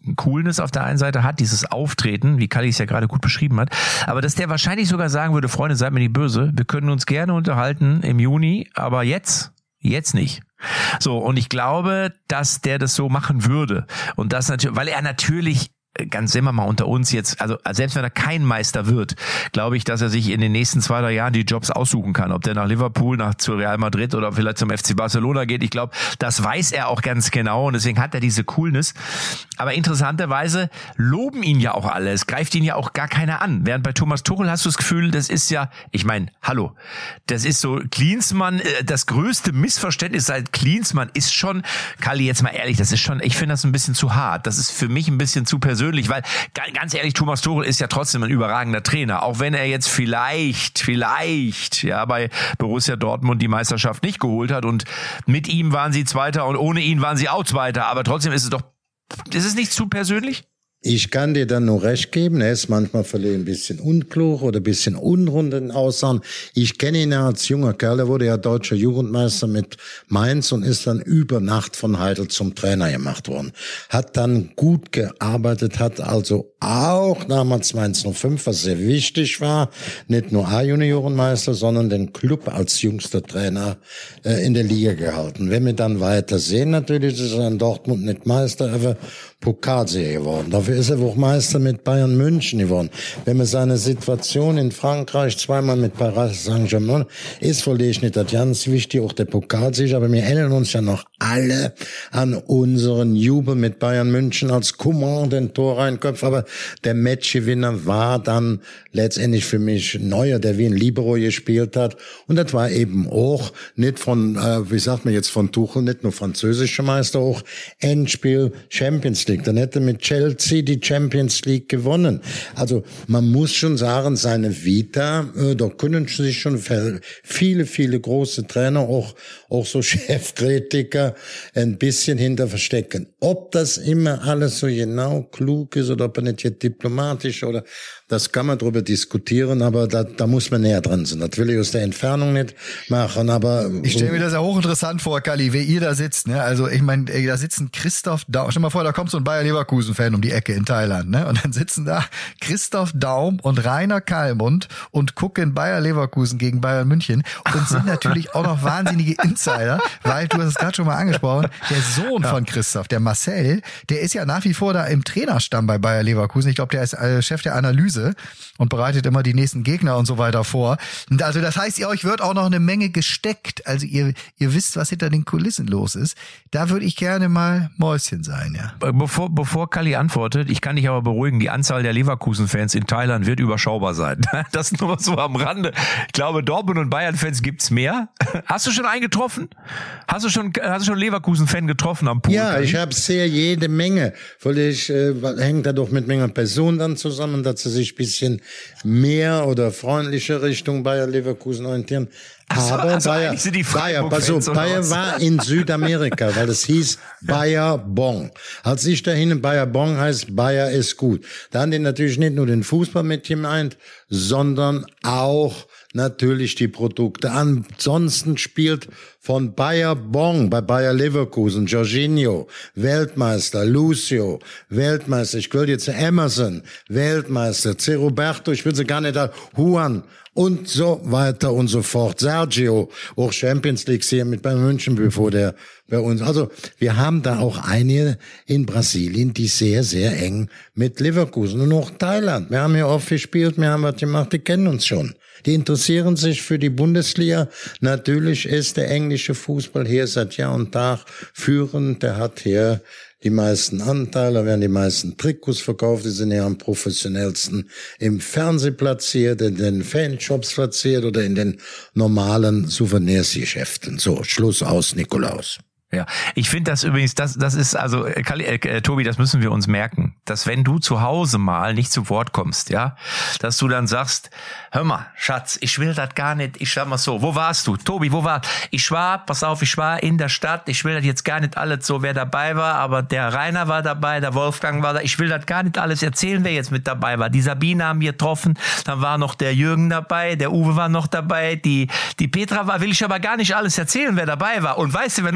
Coolness auf der einen Seite hat, dieses Auftreten, wie Kalli es ja gerade gut beschrieben hat, aber dass der wahrscheinlich sogar sagen würde, Freunde, seid mir nicht böse, wir können uns gerne unterhalten im Juni, aber jetzt, jetzt nicht. So, und ich glaube, dass der das so machen würde. Und das natürlich, weil er natürlich, ganz sind wir mal unter uns jetzt, also selbst wenn er kein Meister wird, glaube ich, dass er sich in den nächsten zwei, drei Jahren die Jobs aussuchen kann. Ob der nach Liverpool, nach zu Real Madrid oder vielleicht zum F C Barcelona geht. Ich glaube, das weiß er auch ganz genau und deswegen hat er diese Coolness. Aber interessanterweise loben ihn ja auch alle. Es greift ihn ja auch gar keiner an. Während bei Thomas Tuchel hast du das Gefühl, das ist ja, ich meine, hallo, das ist so, Klinsmann, das größte Missverständnis seit Klinsmann ist schon, Kalli, jetzt mal ehrlich, das ist schon, ich finde das ein bisschen zu hart. Das ist für mich ein bisschen zu persönlich. Weil, ganz ehrlich, Thomas Tuchel ist ja trotzdem ein überragender Trainer, auch wenn er jetzt vielleicht, vielleicht, ja, bei Borussia Dortmund die Meisterschaft nicht geholt hat und mit ihm waren sie Zweiter und ohne ihn waren sie auch Zweiter, aber trotzdem ist es doch, ist es nicht zu persönlich? Ich kann dir dann nur recht geben, er ist manchmal vielleicht ein bisschen unklug oder ein bisschen unrund in Aussagen. Ich kenne ihn ja als junger Kerl, er wurde ja deutscher Jugendmeister mit Mainz und ist dann über Nacht von Heidel zum Trainer gemacht worden. Hat dann gut gearbeitet, hat also auch damals Mainz null fünf, was sehr wichtig war, nicht nur A-Juniorenmeister, sondern den Club als jüngster Trainer äh, in der Liga gehalten. Wenn wir dann weiter sehen, natürlich ist er in Dortmund nicht Meister, aber Pokalsieger geworden. Dafür ist er auch Meister mit Bayern München geworden. Wenn man seine Situation in Frankreich zweimal mit Paris Saint-Germain ist, verliere ich nicht das ganz wichtig, auch der Pokalsieger, aber wir erinnern uns ja noch alle an unseren Jubel mit Bayern München als Coman den Tor reinköpft, aber der Matchgewinner war dann letztendlich für mich Neuer, der wie ein Libero gespielt hat und das war eben auch nicht von, äh, wie sagt man jetzt, von Tuchel, nicht nur französischer Meister, auch Endspiel Champions League. Dann hätte mit Chelsea die Champions League gewonnen. Also man muss schon sagen, seine Vita, äh, da können sich schon viele, viele große Trainer, auch auch so Chefkritiker, ein bisschen hinter verstecken. Ob das immer alles so genau klug ist oder ob er nicht jetzt diplomatisch oder das kann man drüber diskutieren, aber da, da muss man näher dran sein. Das will ich aus der Entfernung nicht machen, aber... Ich stelle mir das ja hochinteressant vor, Kalli, wie ihr da sitzt, ne? Also ich meine, da sitzen Christoph Daum, stell mal vor, da kommt so ein Bayer-Leverkusen-Fan um die Ecke in Thailand, ne? Und dann sitzen da Christoph Daum und Rainer Kallmund und gucken Bayer-Leverkusen gegen Bayern München und sind natürlich auch noch wahnsinnige Insider, weil, du hast es gerade schon mal angesprochen, der Sohn ja. von Christoph, der Marcel, der ist ja nach wie vor da im Trainerstamm bei Bayer-Leverkusen. Ich glaube, der ist äh, Chef der Analyse und bereitet immer die nächsten Gegner und so weiter vor. Und also das heißt, ihr euch wird auch noch eine Menge gesteckt. Also ihr ihr wisst, was hinter den Kulissen los ist. Da würde ich gerne mal Mäuschen sein, ja. Bevor bevor Kalli antwortet, ich kann dich aber beruhigen, die Anzahl der Leverkusen-Fans in Thailand wird überschaubar sein. Das nur so am Rande. Ich glaube, Dortmund und Bayern-Fans gibt's mehr. Hast du schon einen getroffen? Hast du schon hast du schon Leverkusen-Fan getroffen am Pool? Ja, Kalli? ich habe sehr jede Menge. Weil ich äh, hängt da doch mit Menge Personen dann zusammen, dass sie sich ein bisschen mehr oder freundlicher Richtung Bayer Leverkusen orientieren. Also, Aber also Bayer, sind die Bayer, pass auf, Bayer war in Südamerika, weil es hieß Bayer Bong. Als ich dahin in Bayer Bong heißt, Bayer ist gut. Da haben die natürlich nicht nur den Fußball mit gemeint, sondern auch natürlich die Produkte. Ansonsten spielt von Bayer Bong bei Bayer Leverkusen, Jorginho, Weltmeister, Lucio, Weltmeister, ich will jetzt Emerson, Weltmeister, C. Roberto, ich will sie gar nicht da, Juan und so weiter und so fort. Sergio, auch Champions League hier mit Bayern München, bevor der bei uns. Also wir haben da auch einige in Brasilien, die sehr, sehr eng mit Leverkusen und auch Thailand. Wir haben ja oft gespielt, wir haben was gemacht, die kennen uns schon. Die interessieren sich für die Bundesliga. Natürlich ist der englische Fußball hier seit Jahr und Tag führend. Der hat hier die meisten Anteile, werden die meisten Trikots verkauft, die sind ja am professionellsten im Fernsehen platziert, in den Fanshops platziert oder in den normalen Souvenirsgeschäften. So, Schluss aus, Nikolaus. Ja, ich finde das übrigens, das das ist also Kalli, äh, Tobi, das müssen wir uns merken, dass wenn du zu Hause mal nicht zu Wort kommst, ja, dass du dann sagst, hör mal, Schatz, ich will das gar nicht, ich sag mal so, wo warst du? Tobi, wo war? Ich war, pass auf, ich war in der Stadt, ich will das jetzt gar nicht alles so, wer dabei war, aber der Rainer war dabei, der Wolfgang war da, ich will das gar nicht alles erzählen, wer jetzt mit dabei war. Die Sabine haben wir getroffen, dann war noch der Jürgen dabei, der Uwe war noch dabei, die die Petra war, will ich aber gar nicht alles erzählen, wer dabei war. Und weißt du, wer noch dabei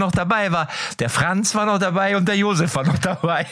dabei war, der Franz war noch dabei und der Josef war noch dabei.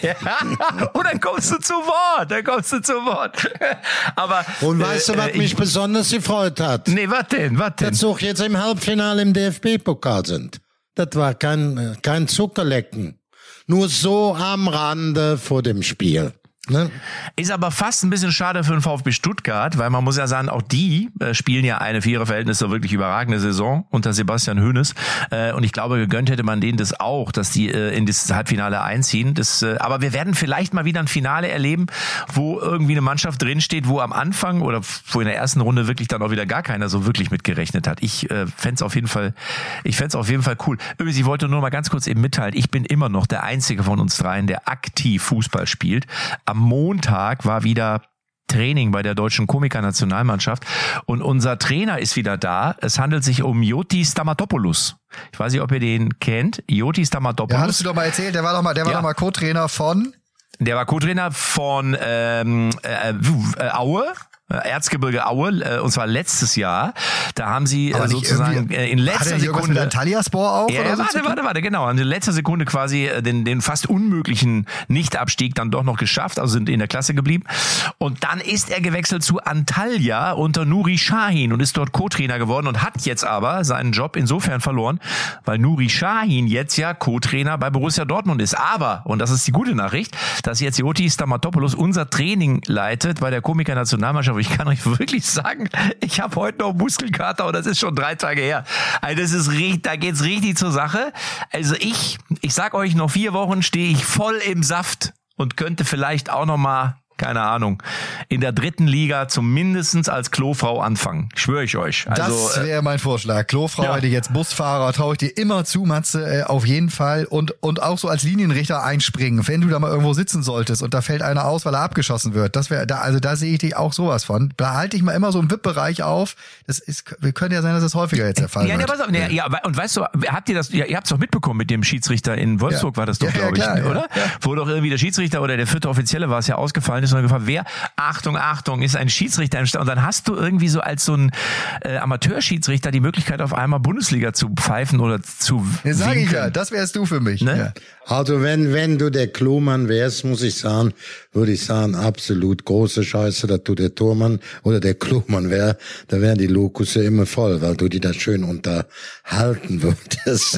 Und dann kommst du zu Wort, dann kommst du zu Wort. Aber Und weißt du, was äh, mich ich, besonders gefreut hat? Nee, was denn, was denn? Dass sie auch jetzt im Halbfinale im D F B-Pokal sind. Das war kein, kein Zuckerlecken. Nur so am Rande vor dem Spiel. Ne? Ist aber fast ein bisschen schade für den VfB Stuttgart, weil man muss ja sagen, auch die äh, spielen ja eine für ihre Verhältnisse wirklich überragende Saison unter Sebastian Hoeneß. Äh, und ich glaube, gegönnt hätte man denen das auch, dass die äh, in das Halbfinale einziehen. Das, äh, aber wir werden vielleicht mal wieder ein Finale erleben, wo irgendwie eine Mannschaft drinsteht, wo am Anfang oder wo in der ersten Runde wirklich dann auch wieder gar keiner so wirklich mitgerechnet hat. Ich äh, fänd's auf jeden Fall, ich fänd's auf jeden Fall cool. Übrigens, ich wollte nur mal ganz kurz eben mitteilen, ich bin immer noch der einzige von uns dreien, der aktiv Fußball spielt. Am Montag war wieder Training bei der deutschen Komiker-Nationalmannschaft und unser Trainer ist wieder da. Es handelt sich um Joti Stamatopoulos. Ich weiß nicht, ob ihr den kennt. Joti Stamatopoulos. Ja, hattest du doch mal erzählt, der war doch mal, der war Ja. doch mal Co-Trainer von... Der war Co-Trainer von ähm, äh, äh, Aue. Erzgebirge Aue, und zwar letztes Jahr. Da haben sie Aber äh, nicht sozusagen irgendwie- äh, in Hat letzter er nicht irgendwas mit Sekunde... Antalyaspor auf? Ja, oder ja, so zu warte, tun? warte, warte, genau. Haben in letzter Sekunde quasi äh, den, den fast unmöglichen Nichtabstieg dann doch noch geschafft, also sind in der Klasse geblieben. Und dann ist er gewechselt zu Antalya unter Nuri Sahin und ist dort Co-Trainer geworden und hat jetzt aber seinen Job insofern verloren, weil Nuri Sahin jetzt ja Co-Trainer bei Borussia Dortmund ist. Aber, und das ist die gute Nachricht, dass jetzt Joti Stamatopoulos unser Training leitet bei der Komiker-Nationalmannschaft. Ich kann euch wirklich sagen, ich habe heute noch Muskelkater und das ist schon drei Tage her. Also das ist richtig, da geht's richtig zur Sache. Also ich, ich sag euch, noch vier Wochen stehe ich voll im Saft und könnte vielleicht auch noch mal, keine Ahnung, in der dritten Liga zumindest als Klofrau anfangen. Schwöre ich euch. Also, Das wäre mein Vorschlag. Klofrau ja. hätte ich jetzt Busfahrer, traue ich dir immer zu, Matze, äh, auf jeden Fall. Und und auch so als Linienrichter einspringen, wenn du da mal irgendwo sitzen solltest und da fällt einer aus, weil er abgeschossen wird. Das wäre da, also da sehe ich dich auch sowas von. Da halte ich mal immer so im V I P-Bereich auf. Das ist, könnte ja sein, dass das häufiger jetzt der Fall ja, wird. ja, pass auf, ja, ja, und weißt du, habt ihr das, ja, ihr habt's doch mitbekommen mit dem Schiedsrichter in Wolfsburg, Ja. war das doch, Ja, ja, glaube ich, klar, ja, oder? ja. Wo doch irgendwie der Schiedsrichter oder der vierte Offizielle war es ja ausgefallen ist und dann gefragt, wer, Achtung, Achtung, ist ein Schiedsrichter im Stadion. Und dann hast du irgendwie so als so ein äh, Amateurschiedsrichter die Möglichkeit, auf einmal Bundesliga zu pfeifen oder zu Ja, sag ich winken. ja, das wärst du für mich. Ne? Ja. Also wenn, wenn du der Klomann wärst, muss ich sagen, würde ich sagen, absolut große Scheiße, dass du der Tormann oder der Klomann wär, da wären die Lokusse immer voll, weil du die da schön unterhalten würdest.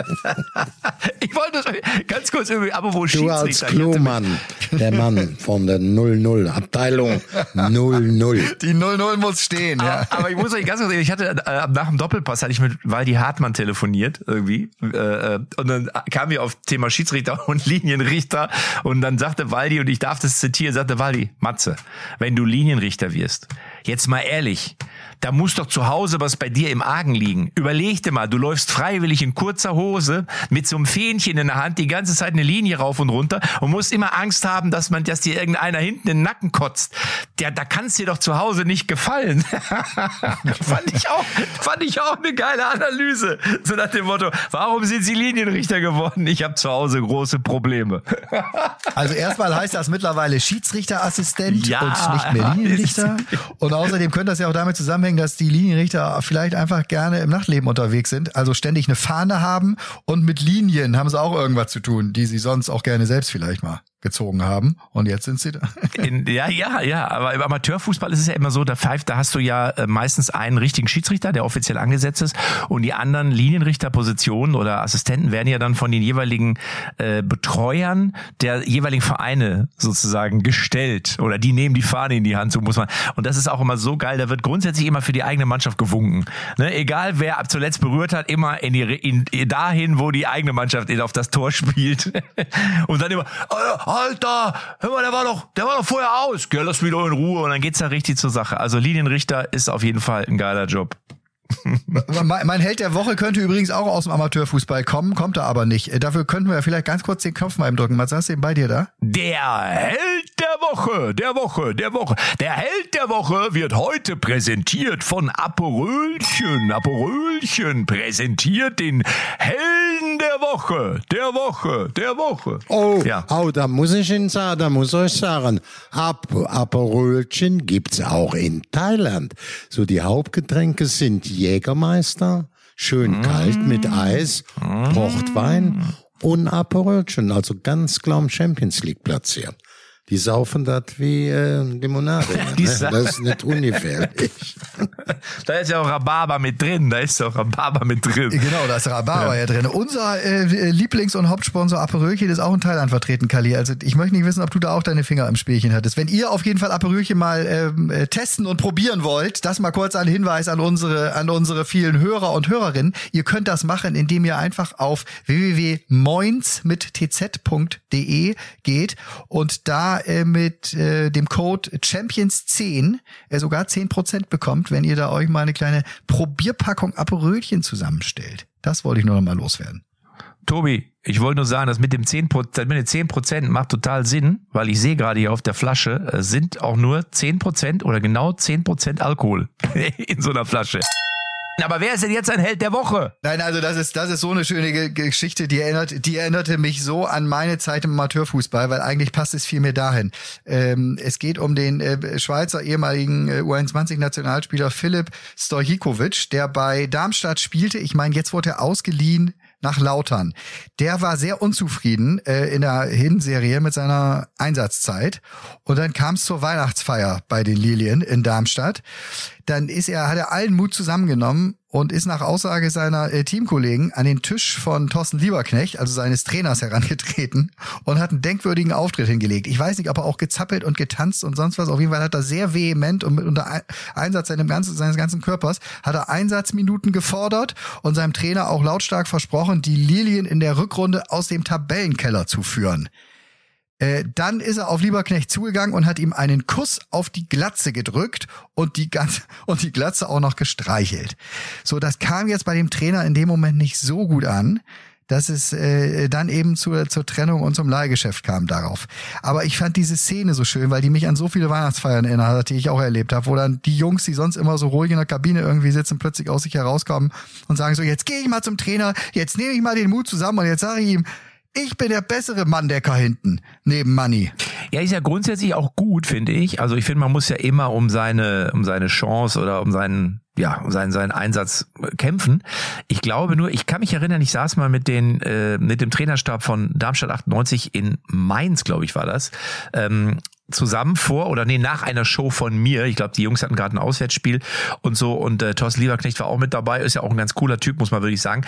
Ich wollte das ganz kurz irgendwie, aber wo Du als Schiedsrichter. Klomann, der Mann von der null null Abteilung null null. Die null null muss stehen, ja. Aber, aber ich muss euch ganz kurz sagen, ich hatte äh, nach dem Doppelpass hatte ich mit Waldi Hartmann telefoniert irgendwie äh, und dann kamen wir auf Thema Schiedsrichter und Linienrichter und dann sagte Waldi, und ich darf das zitieren, sagte Waldi, Matze, wenn du Linienrichter wirst, jetzt mal ehrlich, da muss doch zu Hause was bei dir im Argen liegen. Überleg dir mal, du läufst freiwillig in kurzer Hose mit so einem Fähnchen in der Hand die ganze Zeit eine Linie rauf und runter und musst immer Angst haben, dass man, dass dir irgendeiner hinten in den Nacken kotzt. Der, da kann es dir doch zu Hause nicht gefallen. fand ich auch, fand ich auch eine geile Analyse. So nach dem Motto, warum sind Sie Linienrichter geworden? Ich habe zu Hause große Probleme. Also erstmal heißt das mittlerweile Schiedsrichterassistent Ja. und nicht mehr Linienrichter. Und außerdem könnte das ja auch damit zusammenhängen, dass die Linienrichter vielleicht einfach gerne im Nachtleben unterwegs sind, also ständig eine Fahne haben und mit Linien haben sie auch irgendwas zu tun, die sie sonst auch gerne selbst vielleicht mal gezogen haben. Und jetzt sind sie da. In, ja, ja, ja, aber im Amateurfußball ist es ja immer so, da pfeift, da hast du ja äh, meistens einen richtigen Schiedsrichter, der offiziell angesetzt ist, und die anderen Linienrichterpositionen oder Assistenten werden ja dann von den jeweiligen äh, Betreuern der jeweiligen Vereine sozusagen gestellt, oder die nehmen die Fahne in die Hand, so muss man. Und das ist auch immer so geil, da wird grundsätzlich immer für die eigene Mannschaft gewunken. Ne? Egal wer ab zuletzt berührt hat, immer in die in, dahin, wo die eigene Mannschaft auf das Tor spielt. Und dann immer, Alter, hör mal, der war doch, der war doch vorher aus. Gell, lass mich doch in Ruhe. Und dann geht's da richtig zur Sache. Also Linienrichter ist auf jeden Fall ein geiler Job. mein, mein Held der Woche könnte übrigens auch aus dem Amateurfußball kommen, kommt er aber nicht. Dafür könnten wir vielleicht ganz kurz den Knopf mal eben drücken. Was hast du denn bei dir da? Der Held der Woche, der Woche, der Woche. Der Held der Woche wird heute präsentiert von Aperölchen. Aperölchen präsentiert den Helden der Woche, der Woche, der Woche. Oh, ja. oh, da muss ich Ihnen sagen, da muss ich euch sagen, Ap Aperölchen gibt's auch in Thailand. So die Hauptgetränke sind Jägermeister, schön kalt mit Eis, Portwein und Aperolchen, also ganz klar am Champions League platziert. Die saufen das wie äh, Limonade. Ne? Das ist nicht ungefährlich. Da ist ja auch Rhabarber mit drin. Da ist auch Rhabarber mit drin. Genau, da ist Rhabarber ja, ja drin. Unser äh, Lieblings- und Hauptsponsor Aperölchen ist auch in Thailand vertreten, Kali. Also ich möchte nicht wissen, ob du da auch deine Finger im Spielchen hattest. Wenn ihr auf jeden Fall Aperölchen mal ähm, äh, testen und probieren wollt, das mal kurz ein Hinweis an unsere an unsere vielen Hörer und Hörerinnen. Ihr könnt das machen, indem ihr einfach auf w w w punkt moins mit t z punkt d e geht und da äh, mit äh, dem Code Champions zehn äh, sogar zehn Prozent bekommt, wenn ihr da euch mal eine kleine Probierpackung Aperölchen zusammenstellt. Das wollte ich nur noch mal loswerden. Tobi, ich wollte nur sagen, dass mit dem zehn Prozent, mit den zehn Prozent macht total Sinn, weil ich sehe gerade hier auf der Flasche, äh, sind auch nur zehn Prozent oder genau zehn Prozent Alkohol in so einer Flasche. Aber wer ist denn jetzt ein Held der Woche? Nein, also das ist das ist so eine schöne Ge- Geschichte, die erinnert, die erinnerte mich so an meine Zeit im Amateurfußball, weil eigentlich passt es viel mehr dahin. Ähm, es geht um den äh, Schweizer ehemaligen äh, U einundzwanzig-Nationalspieler Filip Stojikovic, der bei Darmstadt spielte. Ich meine, jetzt wurde er ausgeliehen nach Lautern. Der war sehr unzufrieden äh, in der Hinserie mit seiner Einsatzzeit und dann kam es zur Weihnachtsfeier bei den Lilien in Darmstadt. Dann ist er, hat er allen Mut zusammengenommen und ist nach Aussage seiner äh, Teamkollegen an den Tisch von Thorsten Lieberknecht, also seines Trainers, herangetreten und hat einen denkwürdigen Auftritt hingelegt. Ich weiß nicht, ob er auch gezappelt und getanzt und sonst was. Auf jeden Fall hat er sehr vehement und mit unter Einsatz seines ganzen, seines ganzen Körpers hat er Einsatzminuten gefordert und seinem Trainer auch lautstark versprochen, die Lilien in der Rückrunde aus dem Tabellenkeller zu führen. Äh, dann ist er auf Lieberknecht zugegangen und hat ihm einen Kuss auf die Glatze gedrückt und die ganze und die Glatze auch noch gestreichelt. So, das kam jetzt bei dem Trainer in dem Moment nicht so gut an, dass es äh, dann eben zur, zur Trennung und zum Leihgeschäft kam darauf. Aber ich fand diese Szene so schön, weil die mich an so viele Weihnachtsfeiern erinnert hat, die ich auch erlebt habe, wo dann die Jungs, die sonst immer so ruhig in der Kabine irgendwie sitzen, plötzlich aus sich herauskommen und sagen so, jetzt gehe ich mal zum Trainer, jetzt nehme ich mal den Mut zusammen und jetzt sage ich ihm, ich bin der bessere Manndecker hinten, neben Manni. Ja, ist ja grundsätzlich auch gut, finde ich. Also ich finde, man muss ja immer um seine, um seine Chance oder um seinen, ja, um seinen, seinen Einsatz kämpfen. Ich glaube nur, ich kann mich erinnern, ich saß mal mit den, äh, mit dem Trainerstab von Darmstadt achtundneunzig in Mainz, glaube ich, war das, ähm, zusammen vor oder nee, nach einer Show von mir. Ich glaube, die Jungs hatten gerade ein Auswärtsspiel und so und äh, Thorsten Lieberknecht war auch mit dabei. Ist ja auch ein ganz cooler Typ, muss man wirklich sagen.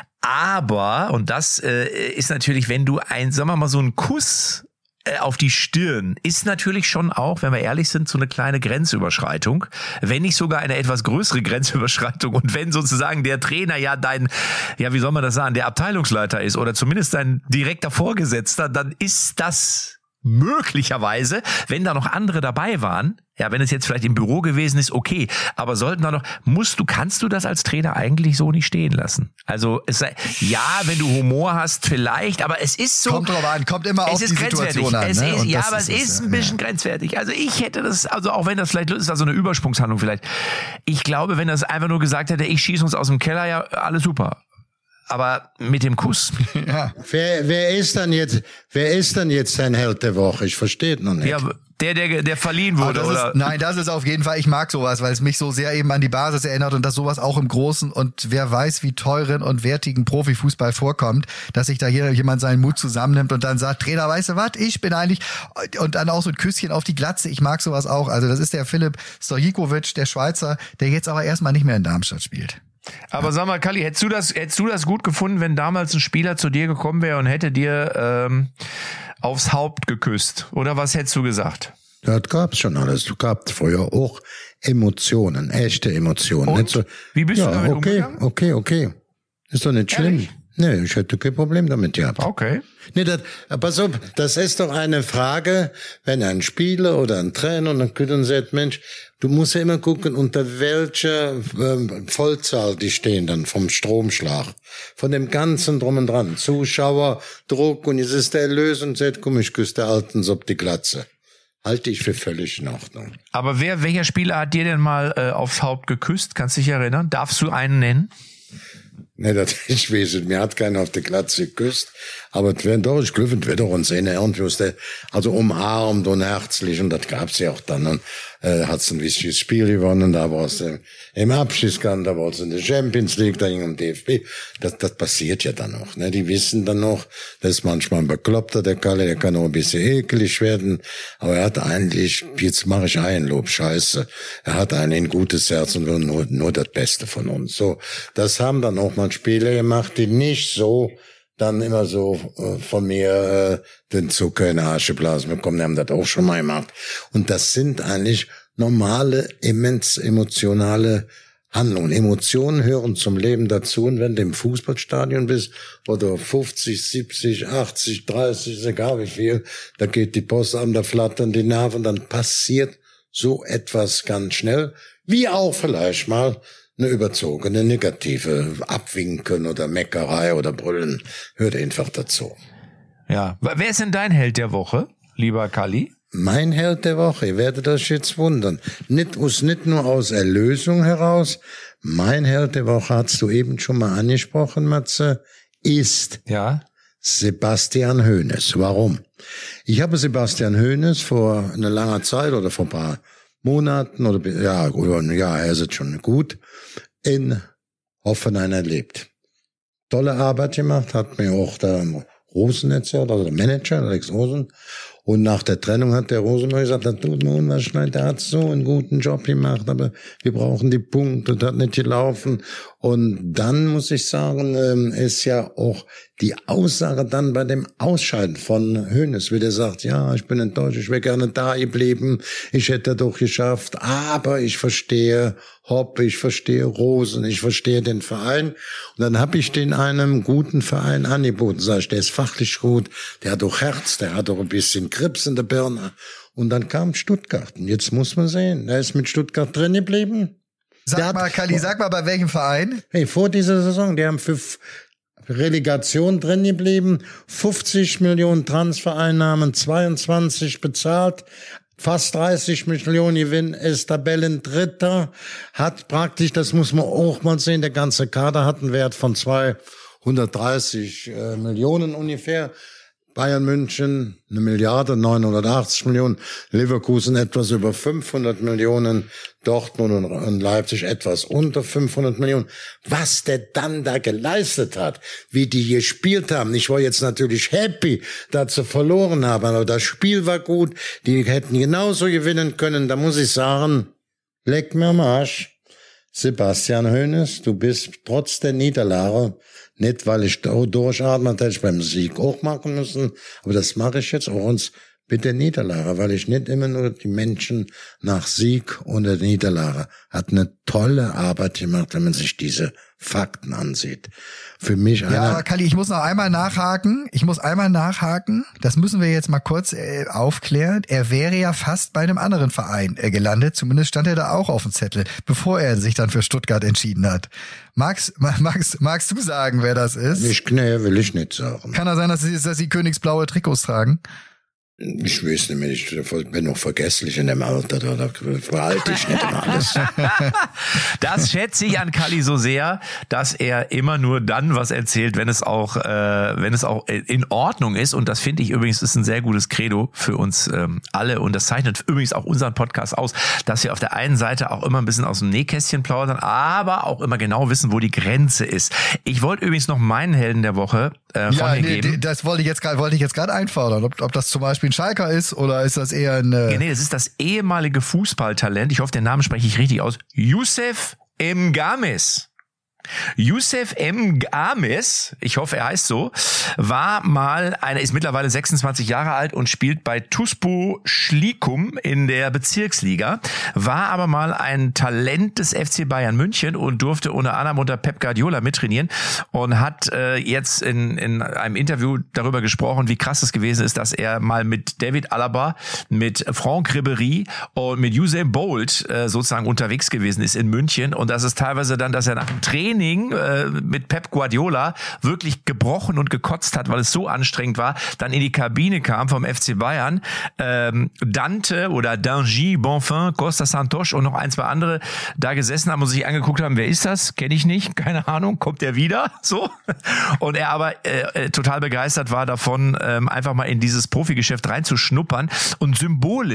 Aber, und das äh, ist natürlich, wenn du ein, sagen wir mal, so einen Kuss äh, auf die Stirn, ist natürlich schon auch, wenn wir ehrlich sind, so eine kleine Grenzüberschreitung. Wenn nicht sogar eine etwas größere Grenzüberschreitung. Und wenn sozusagen der Trainer ja dein, ja, wie soll man das sagen, der Abteilungsleiter ist oder zumindest dein direkter Vorgesetzter, dann ist das möglicherweise, wenn da noch andere dabei waren, ja, wenn es jetzt vielleicht im Büro gewesen ist, okay, aber sollten da noch, musst du, kannst du das als Trainer eigentlich so nicht stehen lassen? Also, es sei, ja, wenn du Humor hast, vielleicht, aber es ist so. Kommt drauf an, kommt immer auf die Situation an. Es ne? ist, ja, aber ist es ist ja, ein bisschen ja. grenzwertig. Also ich hätte das, also auch wenn das vielleicht ist, also eine Übersprungshandlung vielleicht. Ich glaube, wenn das einfach nur gesagt hätte, ich schieße uns aus dem Keller, ja, alles super. Aber mit dem Kuss. Ja. Wer, wer ist dann jetzt, wer ist dann jetzt dein Held der Woche? Ich verstehe noch nicht. Ja, der, der, der verliehen wurde, das oder? Ist, nein, das ist auf jeden Fall, ich mag sowas, weil es mich so sehr eben an die Basis erinnert und dass sowas auch im Großen und wer weiß, wie teuren und wertigen Profifußball vorkommt, dass sich da hier jemand seinen Mut zusammennimmt und dann sagt, Trainer, weißt du was, ich bin eigentlich, und dann auch so ein Küsschen auf die Glatze, ich mag sowas auch. Also das ist der Filip Stojikovic, der Schweizer, der jetzt aber erstmal nicht mehr in Darmstadt spielt. Aber sag mal, Kalli, hättest du das, hättest du das gut gefunden, wenn damals ein Spieler zu dir gekommen wäre und hätte dir ähm, aufs Haupt geküsst? Oder was hättest du gesagt? Das gab's schon alles. Du gabst früher auch Emotionen, echte Emotionen. Und? Nicht so, Wie bist ja, du damit okay, umgegangen? okay, okay. Ist doch nicht schlimm. Ehrlich? Nee, ich hätte kein Problem damit gehabt. Okay. Nee, das, pass auf, das ist doch eine Frage, wenn ein Spieler oder ein Trainer dann kommt und sagt, Mensch, du musst ja immer gucken, unter welcher ähm, Vollzahl die stehen dann vom Stromschlag. Von dem ganzen Drum und Dran. Zuschauer, Druck und jetzt ist der Erlös und sagt, komm, ich küsse der Alten so auf die Glatze. Halte ich für völlig in Ordnung. Aber wer, welcher Spieler hat dir denn mal äh, aufs Haupt geküsst? Kannst du dich erinnern? Darfst du einen nennen? Nee, das ich weiß es. Mir hat keiner auf die Glatze geküsst. Aber es wäre doch, ich glaube, es wäre doch uns eine irgendwie aus der, also umarmt und herzlich und das gab's ja auch dann. Und äh, hat's ein wichtiges Spiel gewonnen, da war es äh, im Abstiegskampf, da war es in der Champions League, da ging um D F B. Das, das passiert ja dann noch, ne? Die wissen dann noch, das ist manchmal ein Bekloppter, der Kalle, der kann auch ein bisschen ekelig werden, aber er hat eigentlich, jetzt mache ich Eigenlob, scheiße, er hat eigentlich ein gutes Herz und will nur, nur das Beste von uns. So, das haben dann auch mal Spiele gemacht, die nicht so dann immer so äh, von mir äh, den Zucker in den Arsch geblasen bekommen. Die haben das auch schon mal gemacht. Und das sind eigentlich normale, immens emotionale Handlungen. Emotionen hören zum Leben dazu. Und wenn du im Fußballstadion bist, wo du fünfzig, siebzig, achtzig, dreißig, ist egal wie viel, da geht die Post an, da flattern die Nerven, dann passiert so etwas ganz schnell, wie auch vielleicht mal eine überzogene negative Abwinken oder Meckerei oder Brüllen hört einfach dazu. Ja. Wer ist denn dein Held der Woche, lieber Kalli? Mein Held der Woche, ihr werdet euch jetzt wundern, nicht, nicht nur aus Erlösung heraus, mein Held der Woche, hast du eben schon mal angesprochen, Matze, ist ja Sebastian Hoeneß. Warum? Ich habe Sebastian Hoeneß vor einer langen Zeit oder vor ein paar Monaten oder ja, über ein Jahr her ist es schon gut, in Hoffenheim erlebt. Tolle Arbeit gemacht, hat mir auch der Rosen erzählt, also der Manager, Alex Rosen. Und nach der Trennung hat der Rosenberg gesagt, das tut mir unwahrscheinlich, der hat so einen guten Job gemacht, aber wir brauchen die Punkte, das hat nicht gelaufen. Und dann muss ich sagen, ist ja auch die Aussage dann bei dem Ausscheiden von Hoeneß, wie der sagt, ja, ich bin enttäuscht, ich wäre gerne da geblieben, ich hätte doch geschafft, aber ich verstehe Hopp, ich verstehe Rosen, ich verstehe den Verein. Und dann habe ich den einem guten Verein angeboten, sag ich, der ist fachlich gut, der hat auch Herz, der hat auch ein bisschen Grips in der Birne. Und dann kam Stuttgart. Und jetzt muss man sehen, er ist mit Stuttgart drin geblieben. Sag mal, Kalli, sag mal, bei welchem Verein? Hey, vor dieser Saison, die haben für Relegation drin geblieben, fünfzig Millionen Transfereinnahmen, zweiundzwanzig bezahlt, fast dreißig Millionen Gewinn, ist Tabellendritter, hat praktisch, das muss man auch mal sehen, der ganze Kader hat einen Wert von zweihundertdreißig äh, Millionen ungefähr. Bayern München eine Milliarde, neunhundertachtzig Millionen, Leverkusen etwas über fünfhundert Millionen, Dortmund und Leipzig etwas unter fünfhundert Millionen. Was der dann da geleistet hat, wie die gespielt haben. Ich war jetzt natürlich happy, dass sie verloren haben, aber das Spiel war gut, die hätten genauso gewinnen können. Da muss ich sagen, leck mir am Arsch. Sebastian Hoeneß, du bist trotz der Niederlage, nicht weil ich durchatme, hätte ich beim Sieg auch machen müssen, aber das mache ich jetzt auch uns mit der Niederlage, weil ich nicht immer nur die Menschen nach Sieg und der Niederlage hat eine tolle Arbeit gemacht, wenn man sich diese Fakten ansieht. Für mich einer. Ja, aber Kalli, ich muss noch einmal nachhaken. Ich muss einmal nachhaken. Das müssen wir jetzt mal kurz äh, aufklären. Er wäre ja fast bei einem anderen Verein äh, gelandet. Zumindest stand er da auch auf dem Zettel, bevor er sich dann für Stuttgart entschieden hat. Magst, magst, magst du sagen, wer das ist? Nicht, nee, will ich nicht sagen. Kann er sein, dass sie, dass sie königsblaue Trikots tragen? Ich weiß nicht mehr, ich bin noch vergesslich in dem Alter, da, da verhalte ich nicht immer alles. Das schätze ich an Kalli so sehr, dass er immer nur dann was erzählt, wenn es auch, äh, wenn es auch in Ordnung ist. Und das finde ich übrigens ist ein sehr gutes Credo für uns ähm, alle. Und das zeichnet übrigens auch unseren Podcast aus, dass wir auf der einen Seite auch immer ein bisschen aus dem Nähkästchen plaudern, aber auch immer genau wissen, wo die Grenze ist. Ich wollte übrigens noch meinen Helden der Woche äh, von ja, mir nee, geben. Das wollte ich jetzt gerade, wollte ich jetzt gerade einfordern, ob, ob das zum Beispiel ein Schalker ist oder ist das eher ein... Äh Nee, das ist das ehemalige Fußballtalent, ich hoffe, den Namen spreche ich richtig aus, Youssef M'Games. Youssef M'Games, ich hoffe, er heißt so, war mal einer, ist mittlerweile sechsundzwanzig Jahre alt und spielt bei Tuzbu Schlikum in der Bezirksliga, war aber mal ein Talent des F C Bayern München und durfte unter anderem unter Pep Guardiola mittrainieren und hat äh, jetzt in, in einem Interview darüber gesprochen, wie krass es gewesen ist, dass er mal mit David Alaba, mit Franck Ribéry und mit Usain Bolt äh, sozusagen unterwegs gewesen ist in München und das ist teilweise dann, dass er nach dem Training äh, mit Pep Guardiola wirklich gebrochen und gekotzt hat, weil es so anstrengend war, dann in die Kabine kam vom F C Bayern, ähm, Dante oder Dangy, Bonfin, Costa Santos und noch ein, zwei andere da gesessen haben und sich angeguckt haben, wer ist das? Kenne ich nicht, keine Ahnung, kommt der wieder? So. Und er aber äh, total begeistert war davon, ähm, einfach mal in dieses Profigeschäft reinzuschnuppern und symbolisch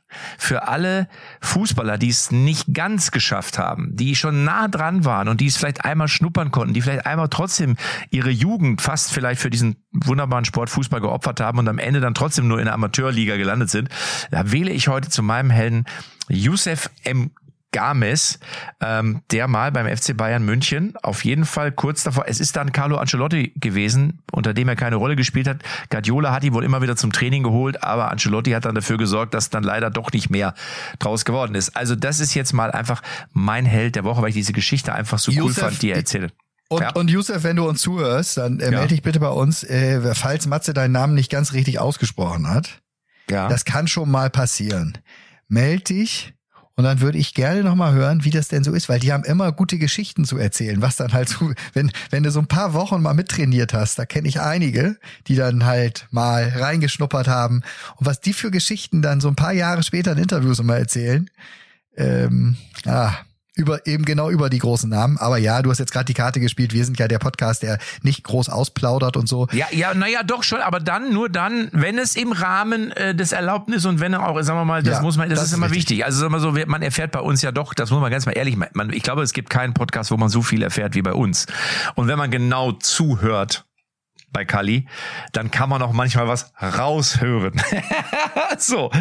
für alle Fußballer, die es nicht ganz geschafft haben, die schon nah dran waren und die es vielleicht einmal schnuppern konnten, die vielleicht einmal trotzdem ihre Jugend fast vielleicht für diesen wunderbaren Sport Fußball geopfert haben und am Ende dann trotzdem nur in der Amateurliga gelandet sind. Da wähle ich heute zu meinem Helden Youssef M. Games, ähm, der mal beim F C Bayern München auf jeden Fall kurz davor, es ist dann Carlo Ancelotti gewesen, unter dem er keine Rolle gespielt hat. Guardiola hat ihn wohl immer wieder zum Training geholt, aber Ancelotti hat dann dafür gesorgt, dass dann leider doch nicht mehr draus geworden ist. Also das ist jetzt mal einfach mein Held der Woche, weil ich diese Geschichte einfach so Youssef, cool fand, die er erzählt. Und, ja. und Youssef, wenn du uns zuhörst, dann äh, Ja. melde dich bitte bei uns, äh, falls Matze deinen Namen nicht ganz richtig ausgesprochen hat. Ja. Das kann schon mal passieren. Meld dich. Und dann würde ich gerne noch mal hören, wie das denn so ist, weil die haben immer gute Geschichten zu erzählen, was dann halt so, wenn wenn du so ein paar Wochen mal mittrainiert hast, da kenne ich einige, die dann halt mal reingeschnuppert haben und was die für Geschichten dann so ein paar Jahre später in Interviews immer erzählen, ähm, ah, über eben genau über die großen Namen. Aber ja, du hast jetzt gerade die Karte gespielt. Wir sind ja der Podcast, der nicht groß ausplaudert und so. Ja, ja, naja, doch schon, aber dann, nur dann, wenn es im Rahmen äh, des Erlaubten ist und wenn auch, sagen wir mal, das Ja, muss man, das, das ist ist immer richtig. wichtig. Also sagen wir so, man erfährt bei uns ja doch, das muss man ganz mal ehrlich, man, ich glaube, es gibt keinen Podcast, wo man so viel erfährt wie bei uns. Und wenn man genau zuhört bei Kalli, dann kann man auch manchmal was raushören. So,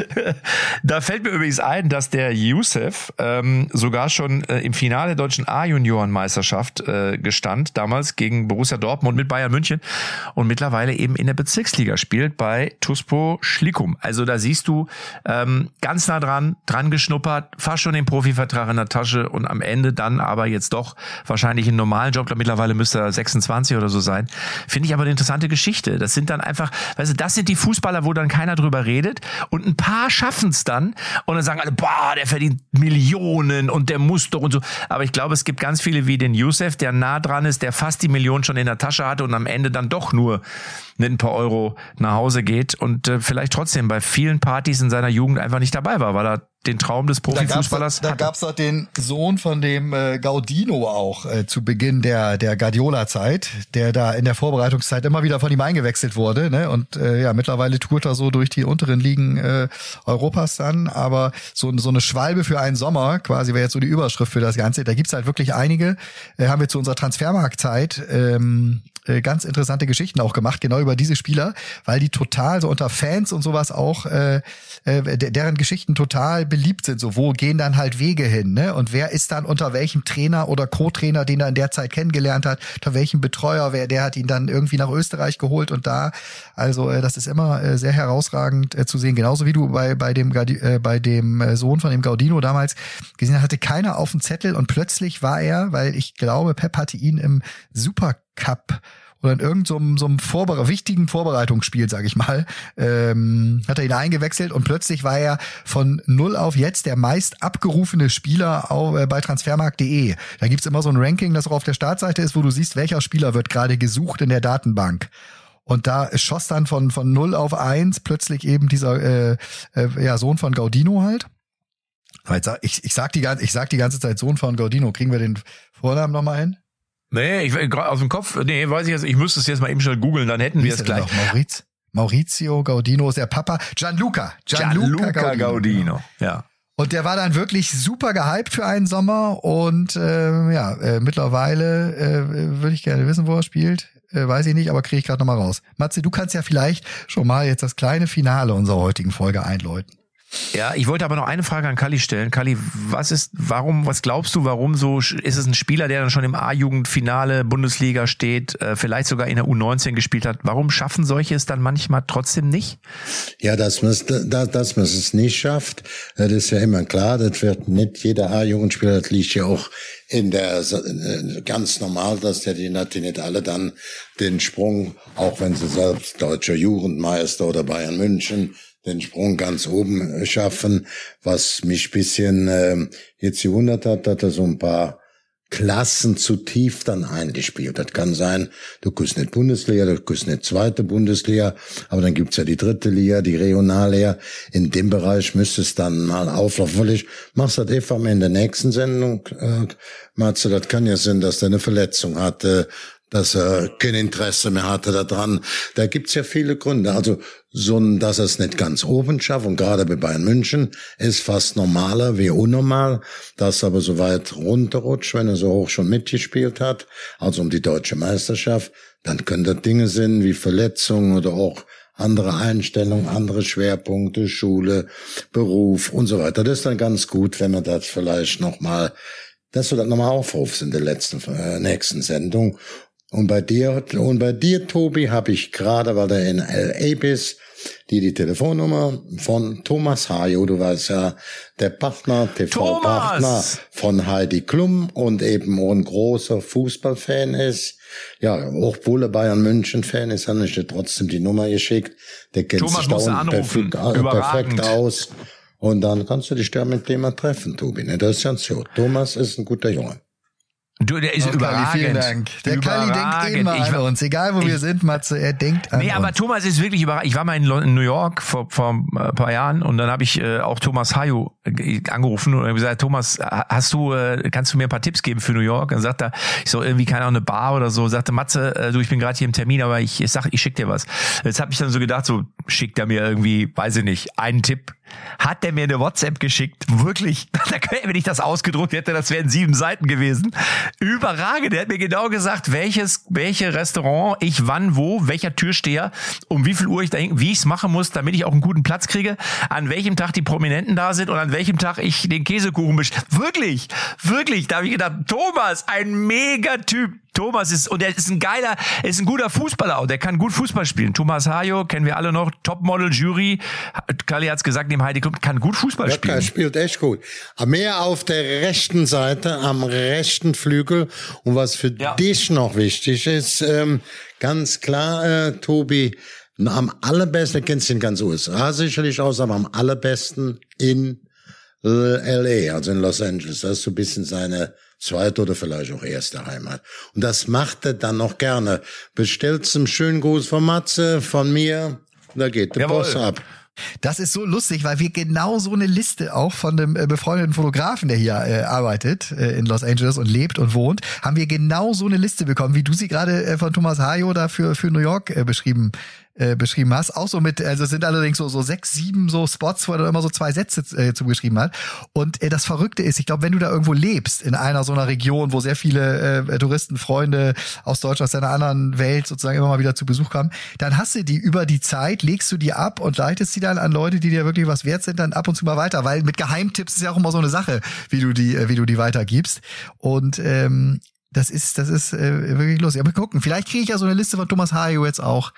da fällt mir übrigens ein, dass der Youssef ähm, sogar schon äh, im Finale der deutschen A-Juniorenmeisterschaft äh, gestand, damals gegen Borussia Dortmund mit Bayern München und mittlerweile eben in der Bezirksliga spielt bei Tuspo Schlikum. Also da siehst du ähm, ganz nah dran, dran geschnuppert, fast schon den Profivertrag in der Tasche und am Ende dann aber jetzt doch wahrscheinlich einen normalen Job, mittlerweile müsste er sechsundzwanzig oder so sein. Finde ich aber den interessante Geschichte. Das sind dann einfach, weißt du, das sind die Fußballer, wo dann keiner drüber redet und ein paar schaffen es dann und dann sagen alle, boah, der verdient Millionen und der muss doch und so. Aber ich glaube, es gibt ganz viele wie den Youssef, der nah dran ist, der fast die Million schon in der Tasche hatte und am Ende dann doch nur mit ein paar Euro nach Hause geht und äh, vielleicht trotzdem bei vielen Partys in seiner Jugend einfach nicht dabei war, weil er den Traum des Profifußballers Da hatte. gab's doch den Sohn von dem äh, Gaudino auch äh, zu Beginn der der Guardiola-Zeit, der da in der Vorbereitungszeit immer wieder von ihm eingewechselt wurde, ne? Und äh, ja, mittlerweile tourt er so durch die unteren Ligen äh, Europas dann, aber so so eine Schwalbe für einen Sommer, quasi wäre jetzt so die Überschrift für das Ganze. Da gibt's halt wirklich einige. Äh, haben wir zu unserer Transfermarktzeit ähm, äh, ganz interessante Geschichten auch gemacht, genau über diese Spieler, weil die total so unter Fans und sowas auch äh, äh, deren Geschichten total beliebt sind. So, wo gehen dann halt Wege hin, ne? Und wer ist dann unter welchem Trainer oder Co-Trainer, den er in der Zeit kennengelernt hat, unter welchem Betreuer, wer, der hat ihn dann irgendwie nach Österreich geholt und da, also äh, das ist immer äh, sehr herausragend äh, zu sehen. Genauso wie du bei bei dem Gaudi, äh, bei dem äh, Sohn von dem Gaudino damals gesehen hast, hatte keiner auf dem Zettel und plötzlich war er, weil ich glaube, Pep hatte ihn im Supercup oder in irgendeinem so, so einem Vorbere- wichtigen Vorbereitungsspiel, sag ich mal, ähm, hat er ihn eingewechselt und plötzlich war er von null auf jetzt der meist abgerufene Spieler auf, äh, bei transfermarkt punkt de. Da gibt's immer so ein Ranking, das auch auf der Startseite ist, wo du siehst, welcher Spieler wird gerade gesucht in der Datenbank. Und da schoss dann von von null auf eins plötzlich eben dieser äh, äh, ja, Sohn von Gaudino halt. Ich, ich, sag die, ich sag die ganze Zeit Sohn von Gaudino. Kriegen wir den Vornamen nochmal hin? Nee, ich gerade aus dem Kopf, nee, weiß ich jetzt, ich müsste es jetzt mal eben schnell googeln, dann hätten wir es gleich. Doch, Mauriz, Maurizio Gaudino ist der Papa. Gianluca. Gianluca, Gianluca Gaudino. Gaudino, ja. Und der war dann wirklich super gehypt für einen Sommer und äh, ja, äh, mittlerweile äh, würde ich gerne wissen, wo er spielt. Äh, weiß ich nicht, aber kriege ich gerade nochmal raus. Matze, du kannst ja vielleicht schon mal jetzt das kleine Finale unserer heutigen Folge einläuten. Ja, ich wollte aber noch eine Frage an Kalli stellen. Kalli, was ist, warum, was glaubst du, warum so, ist es ein Spieler, der dann schon im A-Jugendfinale Bundesliga steht, äh, vielleicht sogar in der U neunzehn gespielt hat, warum schaffen solche es dann manchmal trotzdem nicht? Ja, dass man es, dass, dass man es nicht schafft, das ist ja immer klar, das wird nicht jeder A-Jugendspieler, das liegt ja auch in der, ganz normal, dass der, die nicht alle dann den Sprung, auch wenn sie selbst deutscher Jugendmeister oder Bayern München, den Sprung ganz oben schaffen. Was mich bisschen äh, jetzt gewundert hat, dass er so ein paar Klassen zu tief dann eingespielt. Das kann sein, du kriegst nicht Bundesliga, du kriegst nicht zweite Bundesliga, aber dann gibt's ja die dritte Liga, die Regionalliga. In dem Bereich müsste es dann mal auflaufen. Ich mach's das einfach mal in der nächsten Sendung, äh, Matze, das kann ja sein, dass der eine Verletzung hatte, dass er kein Interesse mehr hatte daran. Da gibt's ja viele Gründe. Also so, dass er es nicht ganz oben schafft, und gerade bei Bayern München ist fast normaler wie unnormal, dass er aber so weit runterrutscht, wenn er so hoch schon mitgespielt hat, also um die deutsche Meisterschaft. Dann können das Dinge sein wie Verletzungen oder auch andere Einstellungen, andere Schwerpunkte, Schule, Beruf und so weiter. Das ist dann ganz gut, wenn man das vielleicht nochmal, dass du das nochmal aufrufst in der letzten, äh, nächsten Sendung. Und bei dir, und bei dir, Tobi, habe ich gerade, weil du in L A bist, die die Telefonnummer von Thomas Hayo, du weißt ja, der Partner, T V-Partner von Heidi Klum und eben auch ein großer Fußballfan ist. Ja, obwohl er Bayern München-Fan ist, habe ich dir trotzdem die Nummer geschickt. Der kennt Thomas sich da unten perfekt, perfekt aus. Und dann kannst du dich da mit dem mal treffen, Tobi. Ne? Das ist ganz so. Thomas ist ein guter Junge. Du, der ist oh, überragend. Kalli, vielen Dank. Der Kalli denkt immer ich, an uns, egal wo ich, wir sind, Matze, er denkt an nee, uns. Nee, aber Thomas ist wirklich überragend. Ich war mal in, in New York vor, vor ein paar Jahren und dann habe ich äh, auch Thomas Hayo äh, angerufen und gesagt, Thomas, hast du, äh, kannst du mir ein paar Tipps geben für New York? Und dann sagt er, ich so irgendwie keine Ahnung, eine Bar oder so. Sagte, Matze, äh, du, ich bin gerade hier im Termin, aber ich, ich sag, ich schick dir was. Jetzt habe ich dann so gedacht, so schickt er mir irgendwie, weiß ich nicht, einen Tipp. Hat der mir eine WhatsApp geschickt, wirklich, wenn ich das ausgedruckt hätte, das wären sieben Seiten gewesen. Überragend, der hat mir genau gesagt, welches, welche Restaurant ich wann, wo, welcher Türsteher, um wie viel Uhr ich da hin, wie ich es machen muss, damit ich auch einen guten Platz kriege, an welchem Tag die Prominenten da sind und an welchem Tag ich den Käsekuchen bestelle. Wirklich, wirklich, da habe ich gedacht, Thomas, ein Megatyp. Thomas ist, und er ist ein geiler, er ist ein guter Fußballer, und der kann gut Fußball spielen. Thomas Hayo, kennen wir alle noch, Topmodel, Jury, Kalli hat's gesagt, neben Heidi Klum, kann gut Fußball ja, spielen. Er spielt echt gut. Mehr auf der rechten Seite, am rechten Flügel. Und was für ja. dich noch wichtig ist, ähm, ganz klar, äh, Tobi, am allerbesten, du kennst ihn ganz U S A sicherlich aus, aber am allerbesten in L A, also in Los Angeles. Das ist so ein bisschen seine zweite oder vielleicht auch erste Heimat. Und das macht er dann noch gerne. Bestellt einen schönen Gruß von Matze, von mir, da geht der Boss ab. Das ist so lustig, weil wir genau so eine Liste auch von einem äh, befreundeten Fotografen, der hier äh, arbeitet äh, in Los Angeles und lebt und wohnt, haben wir genau so eine Liste bekommen, wie du sie gerade äh, von Thomas Hayo da für, für New York äh, beschrieben äh, beschrieben hast. Auch so mit, also es sind allerdings so so sechs, sieben so Spots, wo er immer so zwei Sätze äh, zugeschrieben hat. Und äh, das Verrückte ist, ich glaube, wenn du da irgendwo lebst, in einer so einer Region, wo sehr viele äh, Touristen, Freunde aus Deutschland, aus einer anderen Welt sozusagen immer mal wieder zu Besuch kommen, dann hast du die über die Zeit, legst du die ab und leitest die dann an Leute, die dir wirklich was wert sind, dann ab und zu mal weiter, weil mit Geheimtipps ist ja auch immer so eine Sache, wie du die, wie du die weitergibst. Und ähm, das ist, das ist äh, wirklich lustig. Aber gucken, vielleicht kriege ich ja so eine Liste von Thomas Hayo jetzt auch.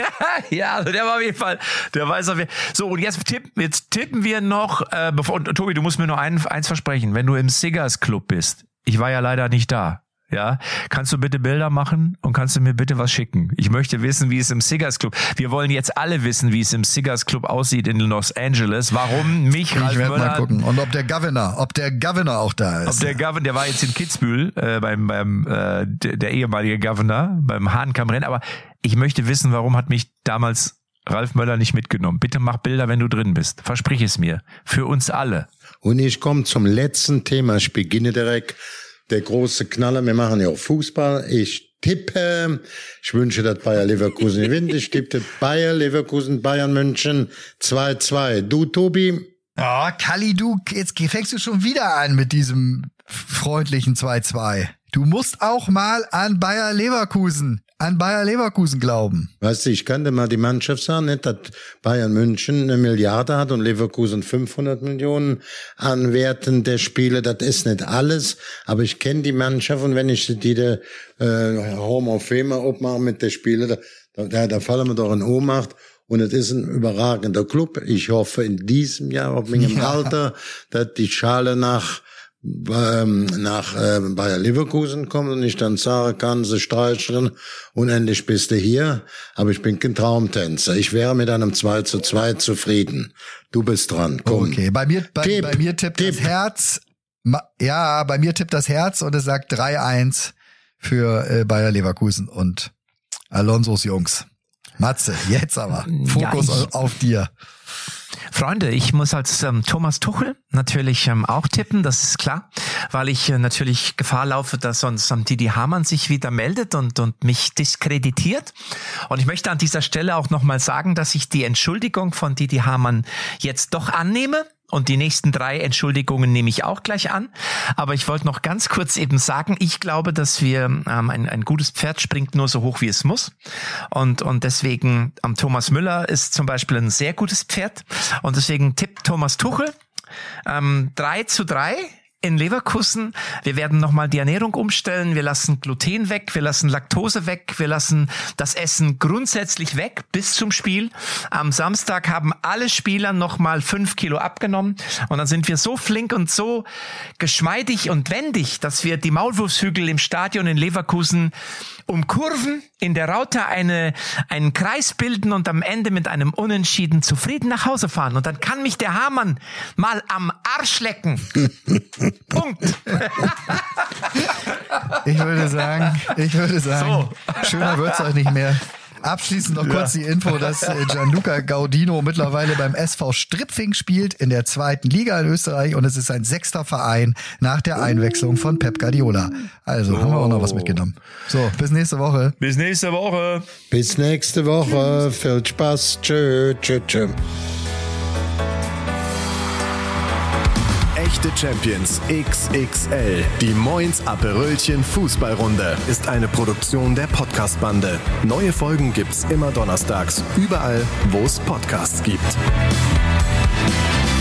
Ja, also der war auf jeden Fall, der weiß auf jeden Fall. So, und jetzt tippen, jetzt tippen wir noch, äh, bevor, und Tobi, du musst mir nur ein, eins versprechen, wenn du im Siggers Club bist. Ich war ja leider nicht da. Ja, kannst du bitte Bilder machen und kannst du mir bitte was schicken? Ich möchte wissen, wie es im Siggers Club. Wir wollen jetzt alle wissen, wie es im Siggers Club aussieht in Los Angeles. Warum mich, Ralf Ich werde Möller, mal gucken. Und ob der Governor, ob der Governor auch da ist. Ob der Governor, der war jetzt in Kitzbühel äh, beim beim äh, der, der ehemalige Governor beim Hahnkammrennen. Aber ich möchte wissen, warum hat mich damals Ralf Möller nicht mitgenommen? Bitte mach Bilder, wenn du drin bist. Versprich es mir. Für uns alle. Und ich komme zum letzten Thema. Ich beginne direkt. Der große Knaller, wir machen ja auch Fußball. Ich tippe, ich wünsche, dass Bayer Leverkusen gewinnt. Ich tippe Bayer Leverkusen, Bayern München zwei zwei. Du, Tobi? Oh, Kalli, du, jetzt fängst du schon wieder an mit diesem freundlichen zwei zwei. Du musst auch mal an Bayer Leverkusen, an Bayer Leverkusen glauben. Weißt du, ich kann dir mal die Mannschaft sagen, nicht, dass Bayern München eine Milliarde hat und Leverkusen fünfhundert Millionen an Werten der Spiele. Das ist nicht alles, aber ich kenne die Mannschaft, und wenn ich die der äh, Home of Fame abmache mit der Spiele, da, da, da fallen wir doch in Ohnmacht. Und es ist ein überragender Club. Ich hoffe in diesem Jahr, auf meinem ja. Alter, dass die Schale nach ähm, nach äh, Bayer Leverkusen kommt und ich dann sagen kann, sie streicheln und endlich bist du hier. Aber ich bin kein Traumtänzer. Ich wäre mit einem zwei zu zwei zufrieden. Du bist dran. Komm. Okay, bei mir, bei, Tipp, bei mir tippt Tipp. das Herz. Ja, bei mir tippt das Herz und es sagt drei eins für äh, Bayer Leverkusen und Alonsos Jungs. Matze, jetzt aber. Fokus ja, ich, auf dir. Freunde, ich muss als ähm, Thomas Tuchel natürlich ähm, auch tippen, das ist klar, weil ich äh, natürlich Gefahr laufe, dass sonst ähm, Didi Hamann sich wieder meldet und, und mich diskreditiert. Und ich möchte an dieser Stelle auch nochmal sagen, dass ich die Entschuldigung von Didi Hamann jetzt doch annehme. Und die nächsten drei Entschuldigungen nehme ich auch gleich an. Aber ich wollte noch ganz kurz eben sagen, ich glaube, dass wir, ähm, ein, ein gutes Pferd springt nur so hoch, wie es muss. Und, und deswegen, ähm, Thomas Müller ist zum Beispiel ein sehr gutes Pferd. Und deswegen tippt Thomas Tuchel ähm, drei zu drei. In Leverkusen. Wir werden nochmal die Ernährung umstellen. Wir lassen Gluten weg, wir lassen Laktose weg, wir lassen das Essen grundsätzlich weg bis zum Spiel. Am Samstag haben alle Spieler nochmal fünf Kilo abgenommen und dann sind wir so flink und so geschmeidig und wendig, dass wir die Maulwurfshügel im Stadion in Leverkusen umkurven, in der Raute eine, einen Kreis bilden und am Ende mit einem Unentschieden zufrieden nach Hause fahren. Und dann kann mich der Hamann mal am Arsch lecken. Punkt. Ich würde sagen, ich würde sagen, so. Schöner wird's euch nicht mehr. Abschließend noch kurz ja. die Info, dass Gianluca Gaudino mittlerweile beim S V Stripfing spielt in der zweiten Liga in Österreich und es ist sein sechster Verein nach der Einwechslung von Pep Guardiola. Also oh. haben wir auch noch was mitgenommen. So, bis nächste Woche. Bis nächste Woche. Bis nächste Woche. Viel Spaß. Tschö, tschö, tschö. Echte Champions X X L. Die Moins Aperölchen Fußballrunde ist eine Produktion der Podcast-Bande. Neue Folgen gibt's immer donnerstags, überall, wo es Podcasts gibt.